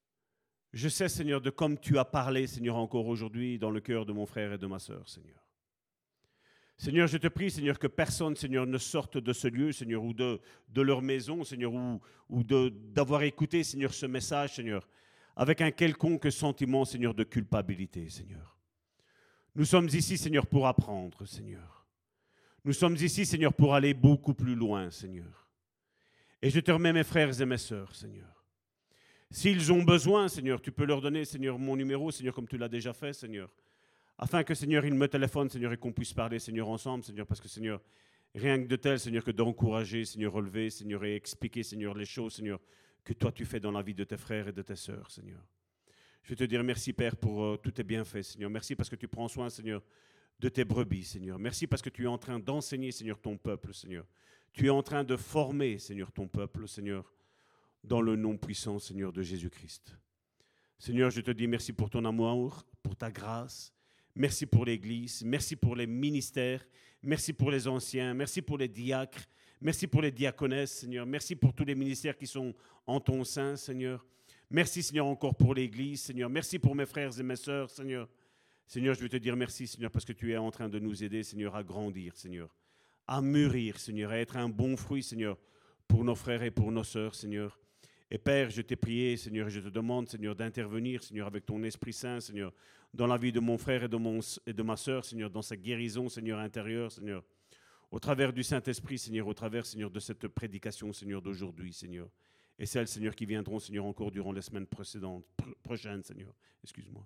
Speaker 1: je sais, Seigneur, de comme tu as parlé, Seigneur, encore aujourd'hui dans le cœur de mon frère et de ma sœur, Seigneur. Seigneur, je te prie, Seigneur, que personne, Seigneur, ne sorte de ce lieu, Seigneur, ou de leur maison, Seigneur, ou d'avoir écouté, Seigneur, ce message, Seigneur, avec un quelconque sentiment, Seigneur, de culpabilité, Seigneur. Nous sommes ici, Seigneur, pour apprendre, Seigneur. Nous sommes ici, Seigneur, pour aller beaucoup plus loin, Seigneur. Et je te remets mes frères et mes sœurs, Seigneur. S'ils ont besoin, Seigneur, tu peux leur donner, Seigneur, mon numéro, Seigneur, comme tu l'as déjà fait, Seigneur. Afin que, Seigneur, ils me téléphonent, Seigneur, et qu'on puisse parler, Seigneur, ensemble, Seigneur, parce que, Seigneur, rien que de tel, Seigneur, que d'encourager, Seigneur, relever, Seigneur, et expliquer, Seigneur, les choses, Seigneur, que toi tu fais dans la vie de tes frères et de tes sœurs, Seigneur. Je veux te dire merci, Père, pour tous tes bienfaits, Seigneur. Merci parce que tu prends soin, Seigneur, de tes brebis, Seigneur. Merci parce que tu es en train d'enseigner, Seigneur, ton peuple, Seigneur. Tu es en train de former, Seigneur, ton peuple, Seigneur, dans le nom puissant, Seigneur, de Jésus-Christ. Seigneur, je te dis merci pour ton amour, pour ta grâce. Merci pour l'Église, merci pour les ministères, merci pour les anciens, merci pour les diacres, merci pour les diaconesses, Seigneur. Merci pour tous les ministères qui sont en ton sein, Seigneur. Merci, Seigneur, encore pour l'Église, Seigneur. Merci pour mes frères et mes sœurs, Seigneur. Seigneur, je veux te dire merci, Seigneur, parce que tu es en train de nous aider, Seigneur, à grandir, Seigneur, à mûrir, Seigneur, à être un bon fruit, Seigneur, pour nos frères et pour nos sœurs, Seigneur. Et Père, je t'ai prié, Seigneur, et je te demande, Seigneur, d'intervenir, Seigneur, avec ton Esprit Saint, Seigneur, dans la vie de mon frère et de ma sœur, Seigneur, dans sa guérison, Seigneur, intérieure, Seigneur, au travers du Saint-Esprit, Seigneur, au travers, Seigneur, de cette prédication, Seigneur, d'aujourd'hui, Seigneur, et celles, Seigneur, qui viendront, Seigneur, encore durant les semaines prochaines, Seigneur, excuse-moi.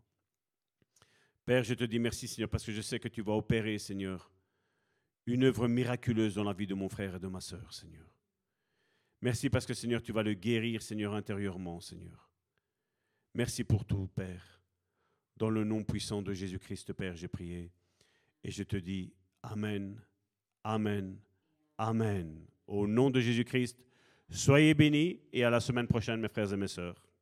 Speaker 1: Père, je te dis merci, Seigneur, parce que je sais que tu vas opérer, Seigneur, une œuvre miraculeuse dans la vie de mon frère et de ma sœur, Seigneur. Merci parce que, Seigneur, tu vas le guérir, Seigneur, intérieurement, Seigneur. Merci pour tout, Père. Dans le nom puissant de Jésus-Christ, Père, j'ai prié. Et je te dis Amen, Amen, Amen. Au nom de Jésus-Christ, soyez bénis et à la semaine prochaine, mes frères et mes sœurs.